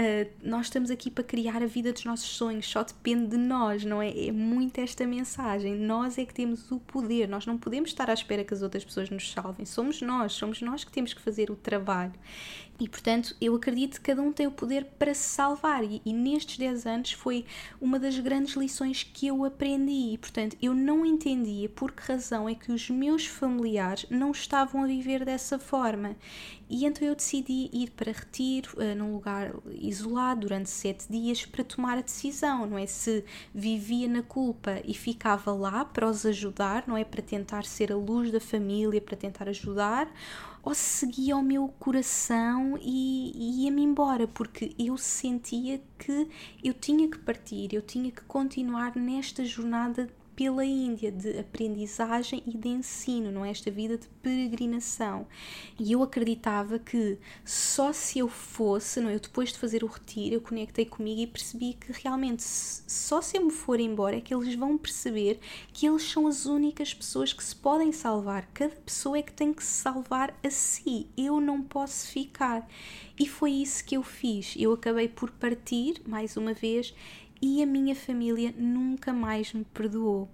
Speaker 1: nós estamos aqui para criar a vida dos nossos sonhos, só depende de nós, não é? É muito esta mensagem, nós é que temos o poder, nós não podemos estar à espera que as outras pessoas nos salvem, somos nós que temos que fazer o trabalho. E, portanto, eu acredito que cada um tem o poder para se salvar e nestes 10 anos foi uma das grandes lições que eu aprendi e, portanto, eu não entendia por que razão é que os meus familiares não estavam a viver dessa forma. E então eu decidi ir para retiro, num lugar isolado, durante 7 dias, para tomar a decisão, não é? Se vivia na culpa e ficava lá para os ajudar, não é? Para tentar ser a luz da família, para tentar ajudar, ou seguia o meu coração e ia-me embora, porque eu sentia que eu tinha que partir, eu tinha que continuar nesta jornada pela Índia, de aprendizagem e de ensino, não é? Esta vida de peregrinação. E eu acreditava que só se eu fosse, não é? Eu depois de fazer o retiro, eu conectei comigo e percebi que realmente só se eu me for embora é que eles vão perceber que eles são as únicas pessoas que se podem salvar. Cada pessoa é que tem que se salvar a si. Eu não posso ficar. E foi isso que eu fiz. Eu acabei por partir, mais uma vez, e a minha família nunca mais me perdoou.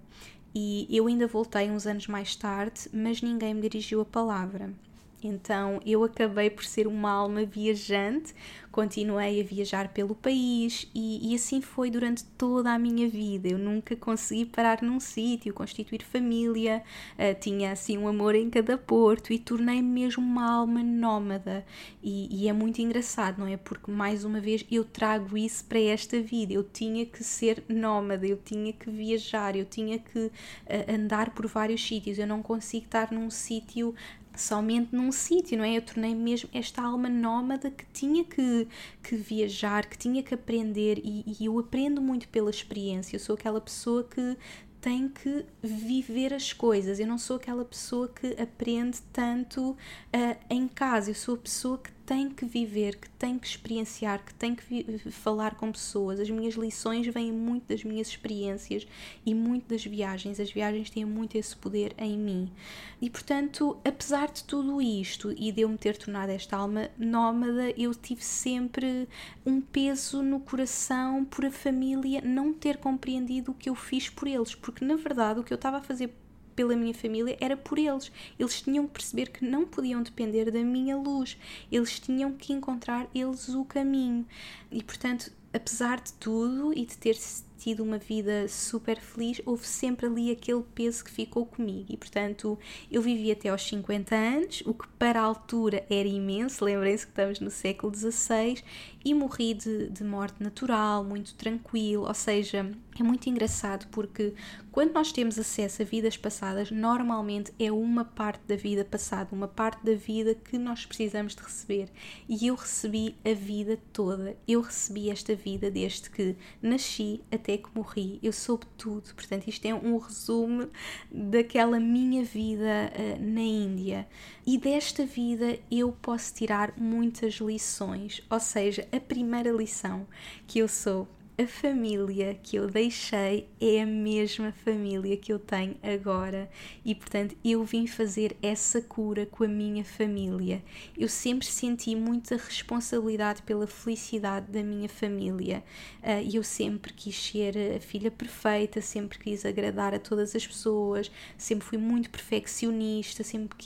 Speaker 1: E eu ainda voltei uns anos mais tarde, mas ninguém me dirigiu a palavra. Então eu acabei por ser uma alma viajante, continuei a viajar pelo país e assim foi durante toda a minha vida. Eu nunca consegui parar num sítio, constituir família, tinha assim um amor em cada porto e tornei-me mesmo uma alma nómada. E é muito engraçado, não é? Porque mais uma vez eu trago isso para esta vida. Eu tinha que ser nómada, eu tinha que viajar, eu tinha que andar por vários sítios. Eu não consigo estar num sítio somente num sítio, não é? Eu tornei mesmo esta alma nómada que tinha que viajar, que tinha que aprender e eu aprendo muito pela experiência. Eu sou aquela pessoa que tem que viver as coisas. Eu não sou aquela pessoa que aprende tanto em casa. Eu sou a pessoa que tenho que viver, que tenho que experienciar, que tenho que falar com pessoas. As minhas lições vêm muito das minhas experiências e muito das viagens. As viagens têm muito esse poder em mim. E, portanto, apesar de tudo isto e de eu me ter tornado esta alma nómada, eu tive sempre um peso no coração por a família não ter compreendido o que eu fiz por eles, porque na verdade o que eu estava a fazer pela minha família era por eles. Eles tinham que perceber que não podiam depender da minha luz, eles tinham que encontrar eles o caminho. E portanto, apesar de tudo e de ter tido uma vida super feliz, houve sempre ali aquele peso que ficou comigo e portanto eu vivi até aos 50 anos, o que para a altura era imenso. Lembrem-se que estamos no século XVI, e morri de morte natural, muito tranquilo. Ou seja, é muito engraçado porque quando nós temos acesso a vidas passadas, normalmente é uma parte da vida passada, uma parte da vida que nós precisamos de receber, e eu recebi a vida toda. Eu recebi esta vida desde que nasci até que morri, eu soube tudo. Portanto, isto é um resumo daquela minha vida na Índia, e desta vida eu posso tirar muitas lições. Ou seja, a primeira lição que eu sou: a família que eu deixei é a mesma família que eu tenho agora, e portanto eu vim fazer essa cura com a minha família. Eu sempre senti muita responsabilidade pela felicidade da minha família, e eu sempre quis ser a filha perfeita, sempre quis agradar a todas as pessoas, sempre fui muito perfeccionista,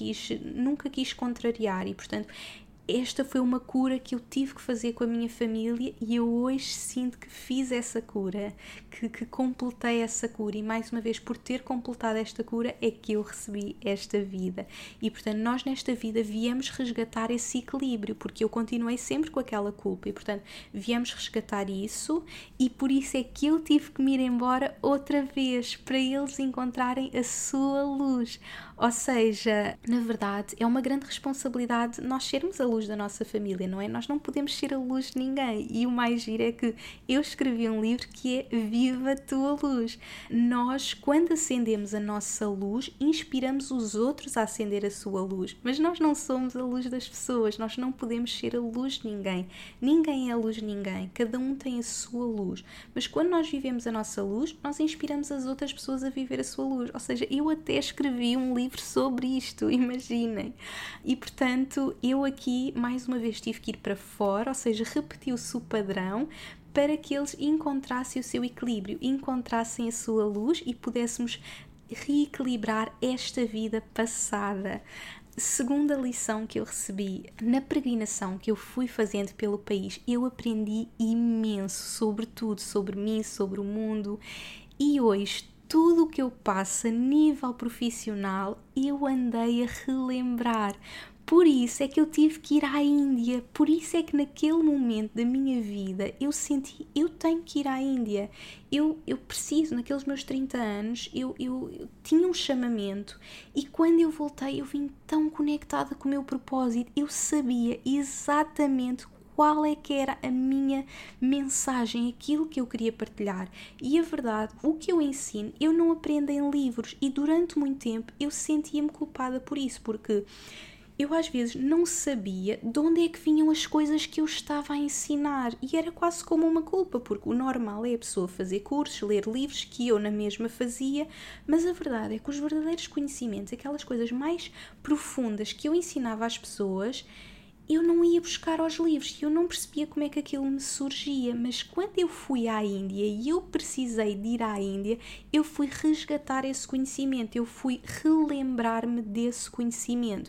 Speaker 1: nunca quis contrariar, e portanto esta foi uma cura que eu tive que fazer com a minha família, e eu hoje sinto que fiz essa cura, que completei essa cura, e mais uma vez, por ter completado esta cura é que eu recebi esta vida. E portanto nós nesta vida viemos resgatar esse equilíbrio, porque eu continuei sempre com aquela culpa, e portanto viemos resgatar isso, e por isso é que eu tive que me ir embora outra vez, para eles encontrarem a sua luz. Ou seja, na verdade é uma grande responsabilidade nós sermos a luz da nossa família, não é? Nós não podemos ser a luz de ninguém, e o mais giro é que eu escrevi um livro que é Viva a Tua Luz. Nós, quando acendemos a nossa luz, inspiramos os outros a acender a sua luz, mas nós não somos a luz das pessoas, nós não podemos ser a luz de ninguém. Ninguém é a luz de ninguém, cada um tem a sua luz, mas quando nós vivemos a nossa luz, nós inspiramos as outras pessoas a viver a sua luz. Ou seja, eu até escrevi um livro sobre isto, imaginem. E portanto, eu aqui mais uma vez tive que ir para fora, ou seja, repetiu-se o padrão, para que eles encontrassem o seu equilíbrio, encontrassem a sua luz e pudéssemos reequilibrar esta vida passada. Segunda lição que eu recebi: na peregrinação que eu fui fazendo pelo país, eu aprendi imenso sobre tudo, sobre mim, sobre o mundo, e hoje tudo o que eu passo a nível profissional eu andei a relembrar. Por isso é que eu tive que ir à Índia, por isso é que naquele momento da minha vida eu senti, eu tenho que ir à Índia, eu preciso. Naqueles meus 30 anos eu tinha um chamamento, e quando eu voltei eu vim tão conectada com o meu propósito, eu sabia exatamente qual é que era a minha mensagem, aquilo que eu queria partilhar. E a verdade, o que eu ensino, eu não aprendo em livros, e durante muito tempo eu sentia-me culpada por isso, porque eu às vezes não sabia de onde é que vinham as coisas que eu estava a ensinar, e era quase como uma culpa, porque o normal é a pessoa fazer cursos, ler livros, que eu na mesma fazia, mas a verdade é que os verdadeiros conhecimentos, aquelas coisas mais profundas que eu ensinava às pessoas, eu não ia buscar aos livros, e eu não percebia como é que aquilo me surgia. Mas quando eu fui à Índia e eu precisei de ir à Índia, eu fui resgatar esse conhecimento, eu fui relembrar-me desse conhecimento.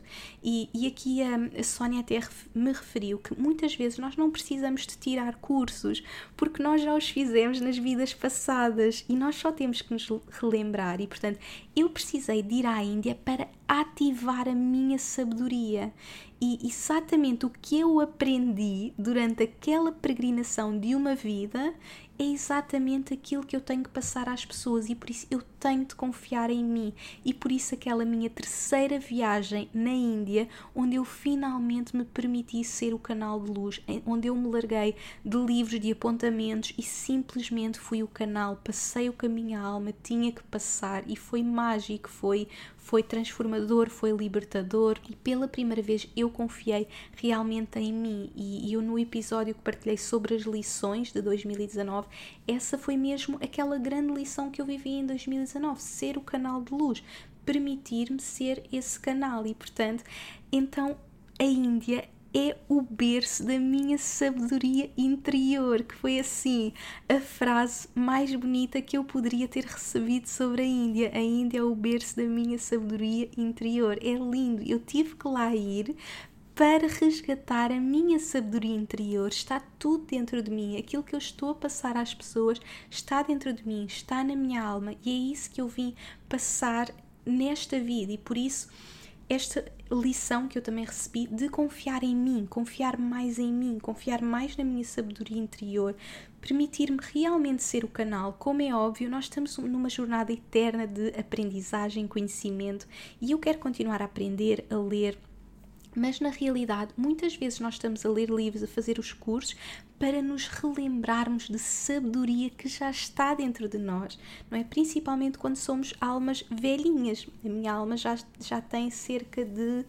Speaker 1: E aqui a Sónia até me referiu que muitas vezes nós não precisamos de tirar cursos, porque nós já os fizemos nas vidas passadas e nós só temos que nos relembrar. E portanto eu precisei de ir à Índia para ativar a minha sabedoria, e exatamente o que eu aprendi durante aquela peregrinação de uma vida é exatamente aquilo que eu tenho que passar às pessoas e por isso eu tenho de confiar em mim. E por isso aquela minha terceira viagem na Índia, onde eu finalmente me permiti ser o canal de luz, onde eu me larguei de livros, de apontamentos e simplesmente fui o canal, passei o que a minha alma tinha que passar e foi mágico, foi transformador, foi libertador e pela primeira vez eu confiei realmente em mim e eu no episódio que partilhei sobre as lições de 2019, essa foi mesmo aquela grande lição que eu vivi em 2019, ser o canal de luz, permitir-me ser esse canal e portanto, então a Índia é o berço da minha sabedoria interior, que foi assim a frase mais bonita que eu poderia ter recebido sobre a Índia. A Índia é o berço da minha sabedoria interior. É lindo. Eu tive que lá ir para resgatar a minha sabedoria interior. Está tudo dentro de mim. Aquilo que eu estou a passar às pessoas está dentro de mim, está na minha alma e é isso que eu vim passar nesta vida e por isso esta lição que eu também recebi de confiar em mim, confiar mais em mim, confiar mais na minha sabedoria interior, permitir-me realmente ser o canal. Como é óbvio, nós estamos numa jornada eterna de aprendizagem, conhecimento e eu quero continuar a aprender, a ler. Mas na realidade, muitas vezes nós estamos a ler livros, a fazer os cursos para nos relembrarmos de sabedoria que já está dentro de nós, não é? Principalmente quando somos almas velhinhas. A minha alma já tem cerca de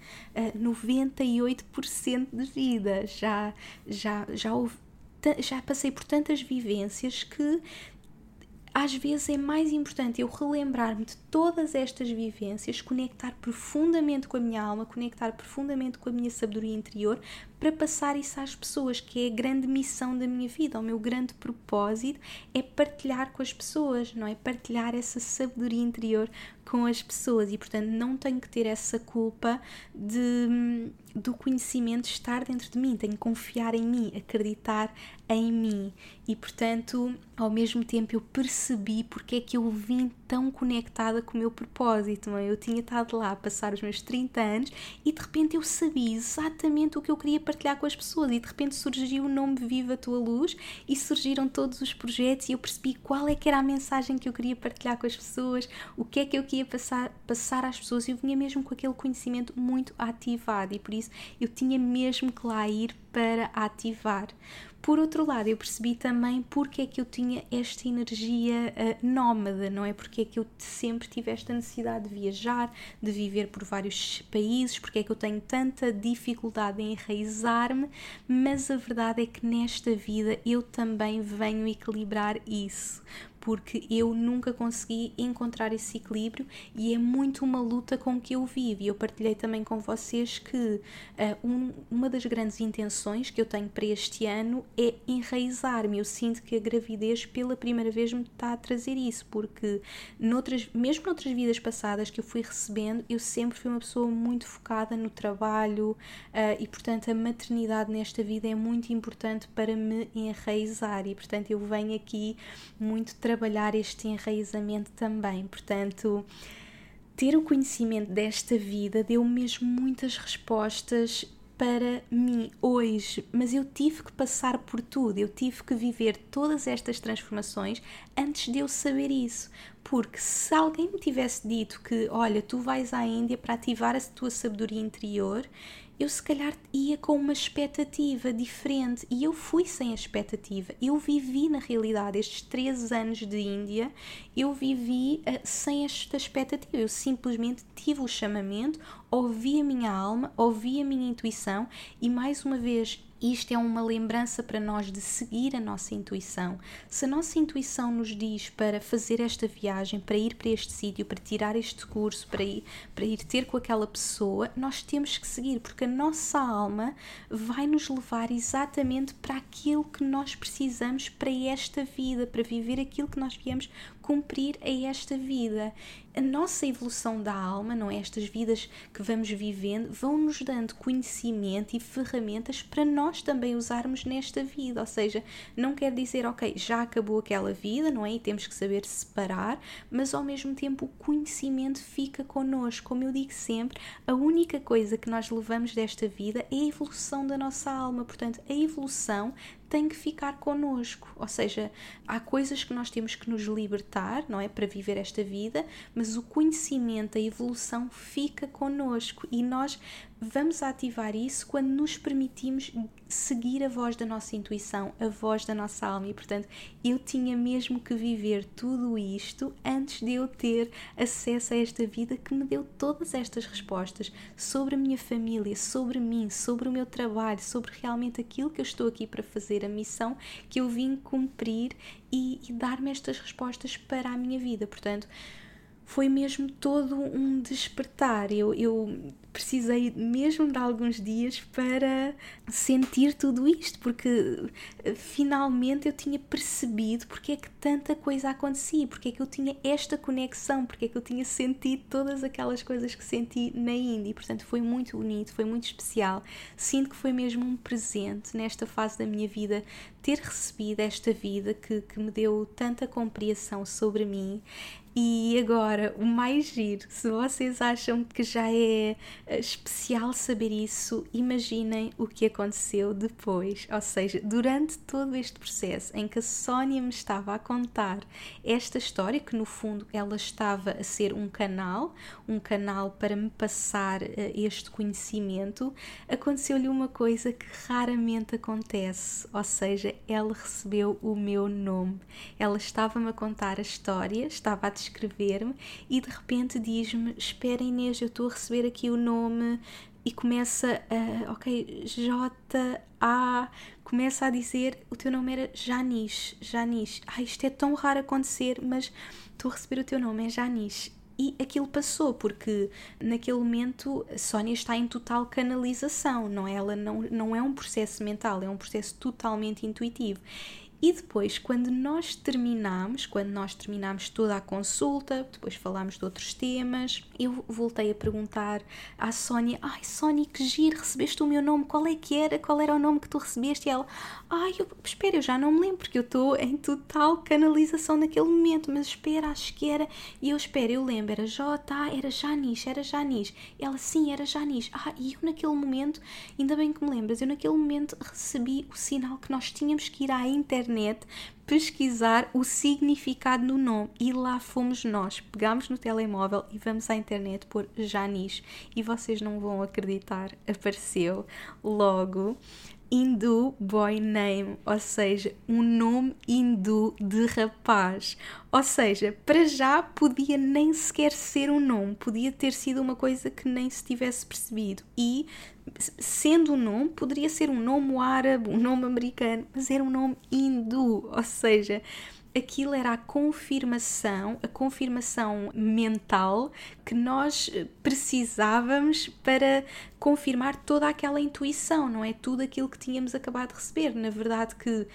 Speaker 1: 98% de vida, já passei por tantas vivências que às vezes é mais importante eu relembrar-me de todas estas vivências, conectar profundamente com a minha alma, conectar profundamente com a minha sabedoria interior para passar isso às pessoas, que é a grande missão da minha vida. O meu grande propósito é partilhar com as pessoas, não é? Partilhar essa sabedoria interior com as pessoas e, portanto, não tenho que ter essa culpa do conhecimento estar dentro de mim. Tenho que confiar em mim, acreditar em mim e, portanto, ao mesmo tempo eu percebi porque é que eu vim tão conectada com o meu propósito, não é? Eu tinha estado lá a passar os meus 30 anos e de repente eu sabia exatamente o que eu queria partilhar com as pessoas e de repente surgiu o nome Viva a Tua Luz e surgiram todos os projetos e eu percebi qual é que era a mensagem que eu queria partilhar com as pessoas, o que é que eu queria passar às pessoas. Eu vinha mesmo com aquele conhecimento muito ativado e por isso eu tinha mesmo que lá ir para ativar. Por outro lado, eu percebi também porque é que eu tinha esta energia nómada, não é? Porque é que eu sempre tive esta necessidade de viajar, de viver por vários países, porque é que eu tenho tanta dificuldade em enraizar-me, mas a verdade é que nesta vida eu também venho equilibrar isso, porque eu nunca consegui encontrar esse equilíbrio e é muito uma luta com que eu vivo. E eu partilhei também com vocês que uma das grandes intenções que eu tenho para este ano é enraizar-me. Eu sinto que a gravidez pela primeira vez me está a trazer isso, porque mesmo noutras vidas passadas que eu fui recebendo, eu sempre fui uma pessoa muito focada no trabalho e, portanto, a maternidade nesta vida é muito importante para me enraizar e, portanto, eu venho aqui muito trabalhar este enraizamento também. Portanto, ter o conhecimento desta vida deu-me mesmo muitas respostas para mim hoje, mas eu tive que passar por tudo, eu tive que viver todas estas transformações antes de eu saber isso, porque se alguém me tivesse dito que, olha, tu vais à Índia para ativar a tua sabedoria interior, eu se calhar ia com uma expectativa diferente e eu fui sem a expectativa. Eu vivi na realidade estes 13 anos de Índia, eu vivi sem esta expectativa. Eu simplesmente tive o chamamento, ouvi a minha alma, ouvi a minha intuição e mais uma vez isto é uma lembrança para nós de seguir a nossa intuição. Se a nossa intuição nos diz para fazer esta viagem, para ir para este sítio, para tirar este curso, para ir ter com aquela pessoa, nós temos que seguir, porque a nossa alma vai nos levar exatamente para aquilo que nós precisamos para esta vida, para viver aquilo que nós viemos cumprir a esta vida. A nossa evolução da alma, não é? Estas vidas que vamos vivendo, vão nos dando conhecimento e ferramentas para nós também usarmos nesta vida, ou seja, não quer dizer, ok, já acabou aquela vida, não é? E temos que saber separar, mas ao mesmo tempo o conhecimento fica connosco. Como eu digo sempre, a única coisa que nós levamos desta vida é a evolução da nossa alma, portanto, a evolução tem que ficar connosco, ou seja, há coisas que nós temos que nos libertar, não é, para viver esta vida, mas o conhecimento, a evolução fica connosco e nós vamos ativar isso quando nos permitimos seguir a voz da nossa intuição, a voz da nossa alma. E portanto eu tinha mesmo que viver tudo isto antes de eu ter acesso a esta vida que me deu todas estas respostas sobre a minha família, sobre mim, sobre o meu trabalho, sobre realmente aquilo que eu estou aqui para fazer, a missão que eu vim cumprir e dar-me estas respostas para a minha vida. Portanto, foi mesmo todo um despertar. Eu precisei mesmo de alguns dias para sentir tudo isto, porque finalmente eu tinha percebido porque é que tanta coisa acontecia, porque é que eu tinha esta conexão, porque é que eu tinha sentido todas aquelas coisas que senti na Índia. E, portanto, foi muito bonito, foi muito especial. Sinto que foi mesmo um presente nesta fase da minha vida ter recebido esta vida que me deu tanta compreensão sobre mim. E agora, o mais giro, se vocês acham que já é especial saber isso, imaginem o que aconteceu depois. Ou seja, durante todo este processo em que a Sónia me estava a contar esta história, que no fundo ela estava a ser um canal para me passar este conhecimento, aconteceu-lhe uma coisa que raramente acontece, ou seja, ela recebeu o meu nome. Ela estava-me a contar a história, estava a descrever-me e de repente diz-me: espera Inês, eu estou a receber aqui o nome, e começa J-A, começa a dizer: o teu nome era Janice. Isto é tão raro acontecer, mas estou a receber o teu nome, é Janice. E aquilo passou, porque naquele momento a Sónia está em total canalização, não é? Ela não é um processo mental, é um processo totalmente intuitivo. E depois, quando nós terminamos toda a consulta, depois falámos de outros temas, eu voltei a perguntar à Sónia: ai Sónia, que giro, recebeste o meu nome, qual era o nome que tu recebeste? E ela: espera, eu já não me lembro, porque eu estou em total canalização naquele momento, mas espera, acho que era, e eu lembro, era era Janice, e ela: sim, era Janice. E eu naquele momento, ainda bem que me lembras, eu naquele momento recebi o sinal que nós tínhamos que ir à internet pesquisar o significado do nome, e lá fomos nós, pegámos no telemóvel e vamos à internet pôr Janice, e vocês não vão acreditar, apareceu logo Hindu Boy Name, ou seja, um nome hindu de rapaz. Ou seja, para já podia nem sequer ser um nome, podia ter sido uma coisa que nem se tivesse percebido, e sendo um nome, poderia ser um nome árabe, um nome americano, mas era um nome hindu, ou seja, aquilo era a confirmação mental que nós precisávamos para confirmar toda aquela intuição, não é? Tudo aquilo que tínhamos acabado de receber. Na verdade que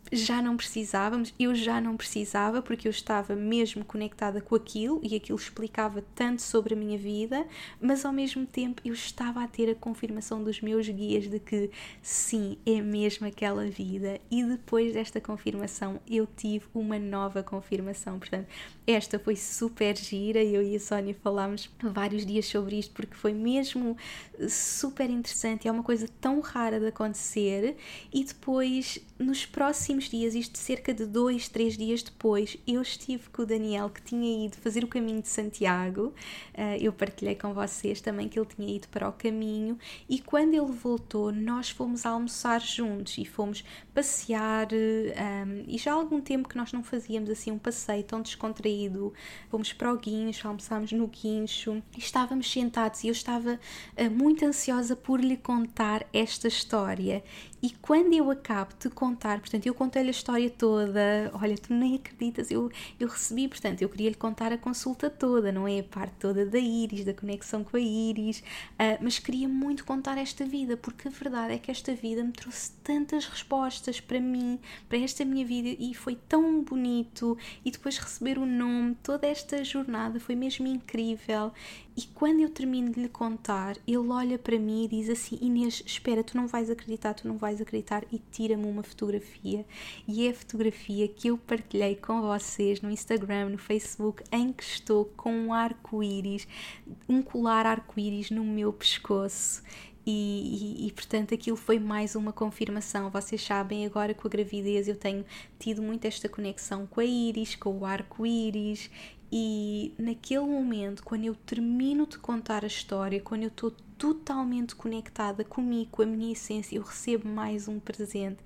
Speaker 1: eu já não precisava, porque eu estava mesmo conectada com aquilo e aquilo explicava tanto sobre a minha vida, mas ao mesmo tempo eu estava a ter a confirmação dos meus guias de que sim, é mesmo aquela vida. E depois desta confirmação eu tive uma nova confirmação. Portanto, esta foi super gira, eu e a Sónia falámos vários dias sobre isto, porque foi mesmo super interessante, é uma coisa tão rara de acontecer. E depois, nos próximos dias, isto cerca de 2-3 dias depois, eu estive com o Daniel, que tinha ido fazer o caminho de Santiago. Eu partilhei com vocês também que ele tinha ido para o caminho, e quando ele voltou nós fomos almoçar juntos e fomos passear, e já há algum tempo que nós não fazíamos assim um passeio tão descontraído. Fomos para o guincho, almoçámos no guincho e estávamos sentados, e eu estava muito ansiosa por lhe contar esta história. E quando eu acabo de contar, portanto, eu contei-lhe a história toda, olha, tu nem acreditas, eu recebi, portanto, eu queria lhe contar a consulta toda, não é? A parte toda da Iris, da conexão com a Iris, mas queria muito contar esta vida, porque a verdade é que esta vida me trouxe tantas respostas para mim, para esta minha vida, e foi tão bonito. E depois receber o nome, toda esta jornada foi mesmo incrível. E quando eu termino de lhe contar, ele olha para mim e diz assim: Inês, espera, tu não vais acreditar, e tira-me uma fotografia. E é a fotografia que eu partilhei com vocês no Instagram, no Facebook, em que estou com um arco-íris, um colar arco-íris no meu pescoço. e portanto aquilo foi mais uma confirmação. Vocês sabem, agora com a gravidez eu tenho tido muito esta conexão com a íris, com o arco-íris, e naquele momento, quando eu termino de contar a história, quando eu estou totalmente conectada comigo, com a minha essência, eu recebo mais um presente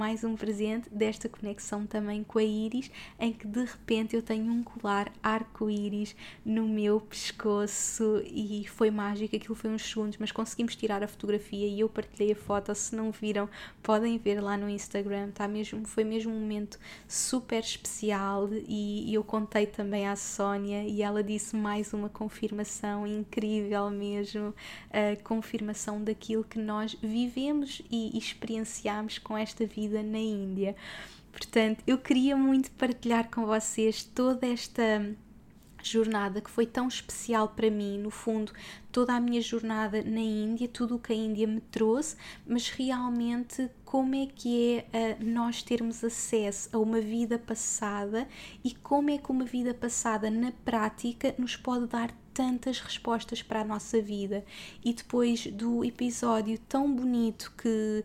Speaker 1: desta conexão também com a íris, em que de repente eu tenho um colar arco-íris no meu pescoço e foi mágico. Aquilo foi uns segundos, mas conseguimos tirar a fotografia e eu partilhei a foto. Se não viram, podem ver lá no Instagram, foi mesmo um momento super especial, e eu contei também à Sónia e ela disse mais uma confirmação incrível mesmo, a confirmação daquilo que nós vivemos e experienciamos com esta vida na Índia. Portanto, eu queria muito partilhar com vocês toda esta jornada que foi tão especial para mim, no fundo, toda a minha jornada na Índia, tudo o que a Índia me trouxe, mas realmente como é que é nós termos acesso a uma vida passada e como é que uma vida passada na prática nos pode dar tantas respostas para a nossa vida. E depois do episódio tão bonito que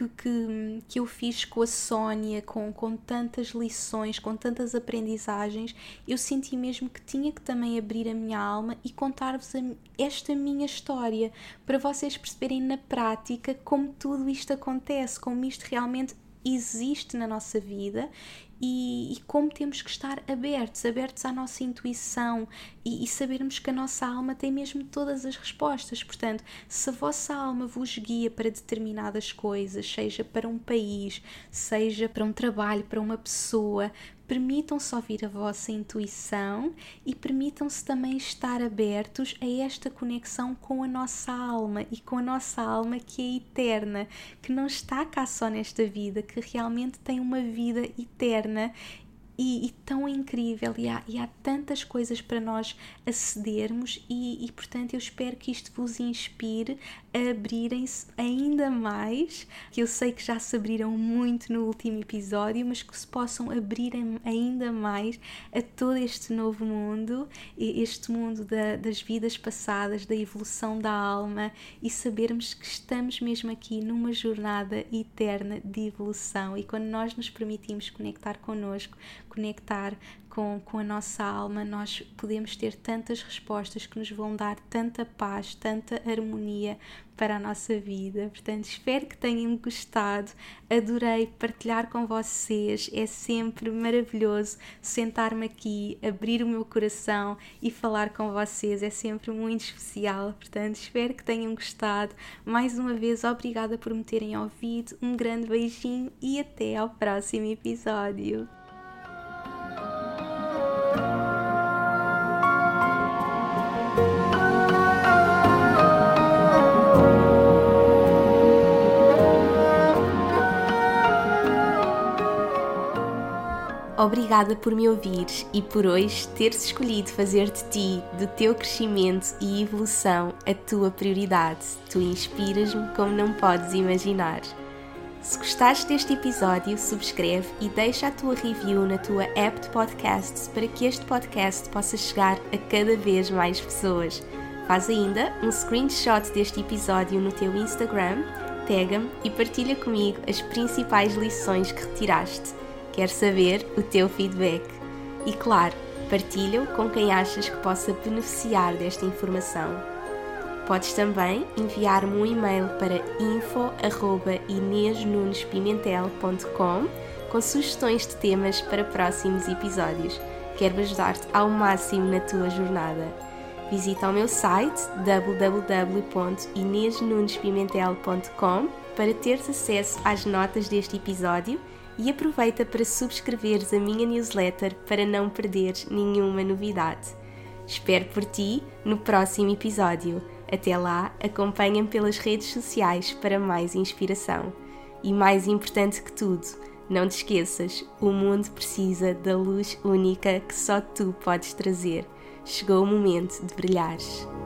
Speaker 1: eu fiz com a Sónia, com tantas lições, com tantas aprendizagens, eu senti mesmo que tinha que também abrir a minha alma e contar-vos esta minha história, para vocês perceberem na prática como tudo isto acontece, como isto realmente existe na nossa vida e como temos que estar abertos à nossa intuição e sabermos que a nossa alma tem mesmo todas as respostas. Portanto, se a vossa alma vos guia para determinadas coisas, seja para um país, seja para um trabalho, para uma pessoa, permitam-se ouvir a vossa intuição e permitam-se também estar abertos a esta conexão com a nossa alma e com a nossa alma que é eterna, que não está cá só nesta vida, que realmente tem uma vida eterna e tão incrível, e há tantas coisas para nós acedermos e portanto eu espero que isto vos inspire a abrirem-se ainda mais, que eu sei que já se abriram muito no último episódio, mas que se possam abrir ainda mais a todo este novo mundo, este mundo das vidas passadas, da evolução da alma, e sabermos que estamos mesmo aqui numa jornada eterna de evolução. E quando nós nos permitimos conectar connosco, conectar com a nossa alma, nós podemos ter tantas respostas que nos vão dar tanta paz, tanta harmonia para a nossa vida. Portanto, espero que tenham gostado, adorei partilhar com vocês, é sempre maravilhoso sentar-me aqui, abrir o meu coração e falar com vocês, é sempre muito especial. Portanto, espero que tenham gostado. Mais uma vez, obrigada por me terem ouvido, um grande beijinho e até ao próximo episódio. Obrigada por me ouvires e por hoje teres escolhido fazer de ti, do teu crescimento e evolução, a tua prioridade. Tu inspiras-me como não podes imaginar. Se gostaste deste episódio, subscreve e deixa a tua review na tua app de podcasts para que este podcast possa chegar a cada vez mais pessoas. Faz ainda um screenshot deste episódio no teu Instagram, tag-me e partilha comigo as principais lições que retiraste. Quero saber o teu feedback. E claro, partilha-o com quem achas que possa beneficiar desta informação. Podes também enviar-me um e-mail para info@inesnunespimentel.com com sugestões de temas para próximos episódios. Quero ajudar-te ao máximo na tua jornada. Visita o meu site www.inesnunespimentel.com para teres acesso às notas deste episódio e aproveita para subscreveres a minha newsletter para não perderes nenhuma novidade. Espero por ti no próximo episódio. Até lá, acompanha-me pelas redes sociais para mais inspiração. E mais importante que tudo, não te esqueças, o mundo precisa da luz única que só tu podes trazer. Chegou o momento de brilhares.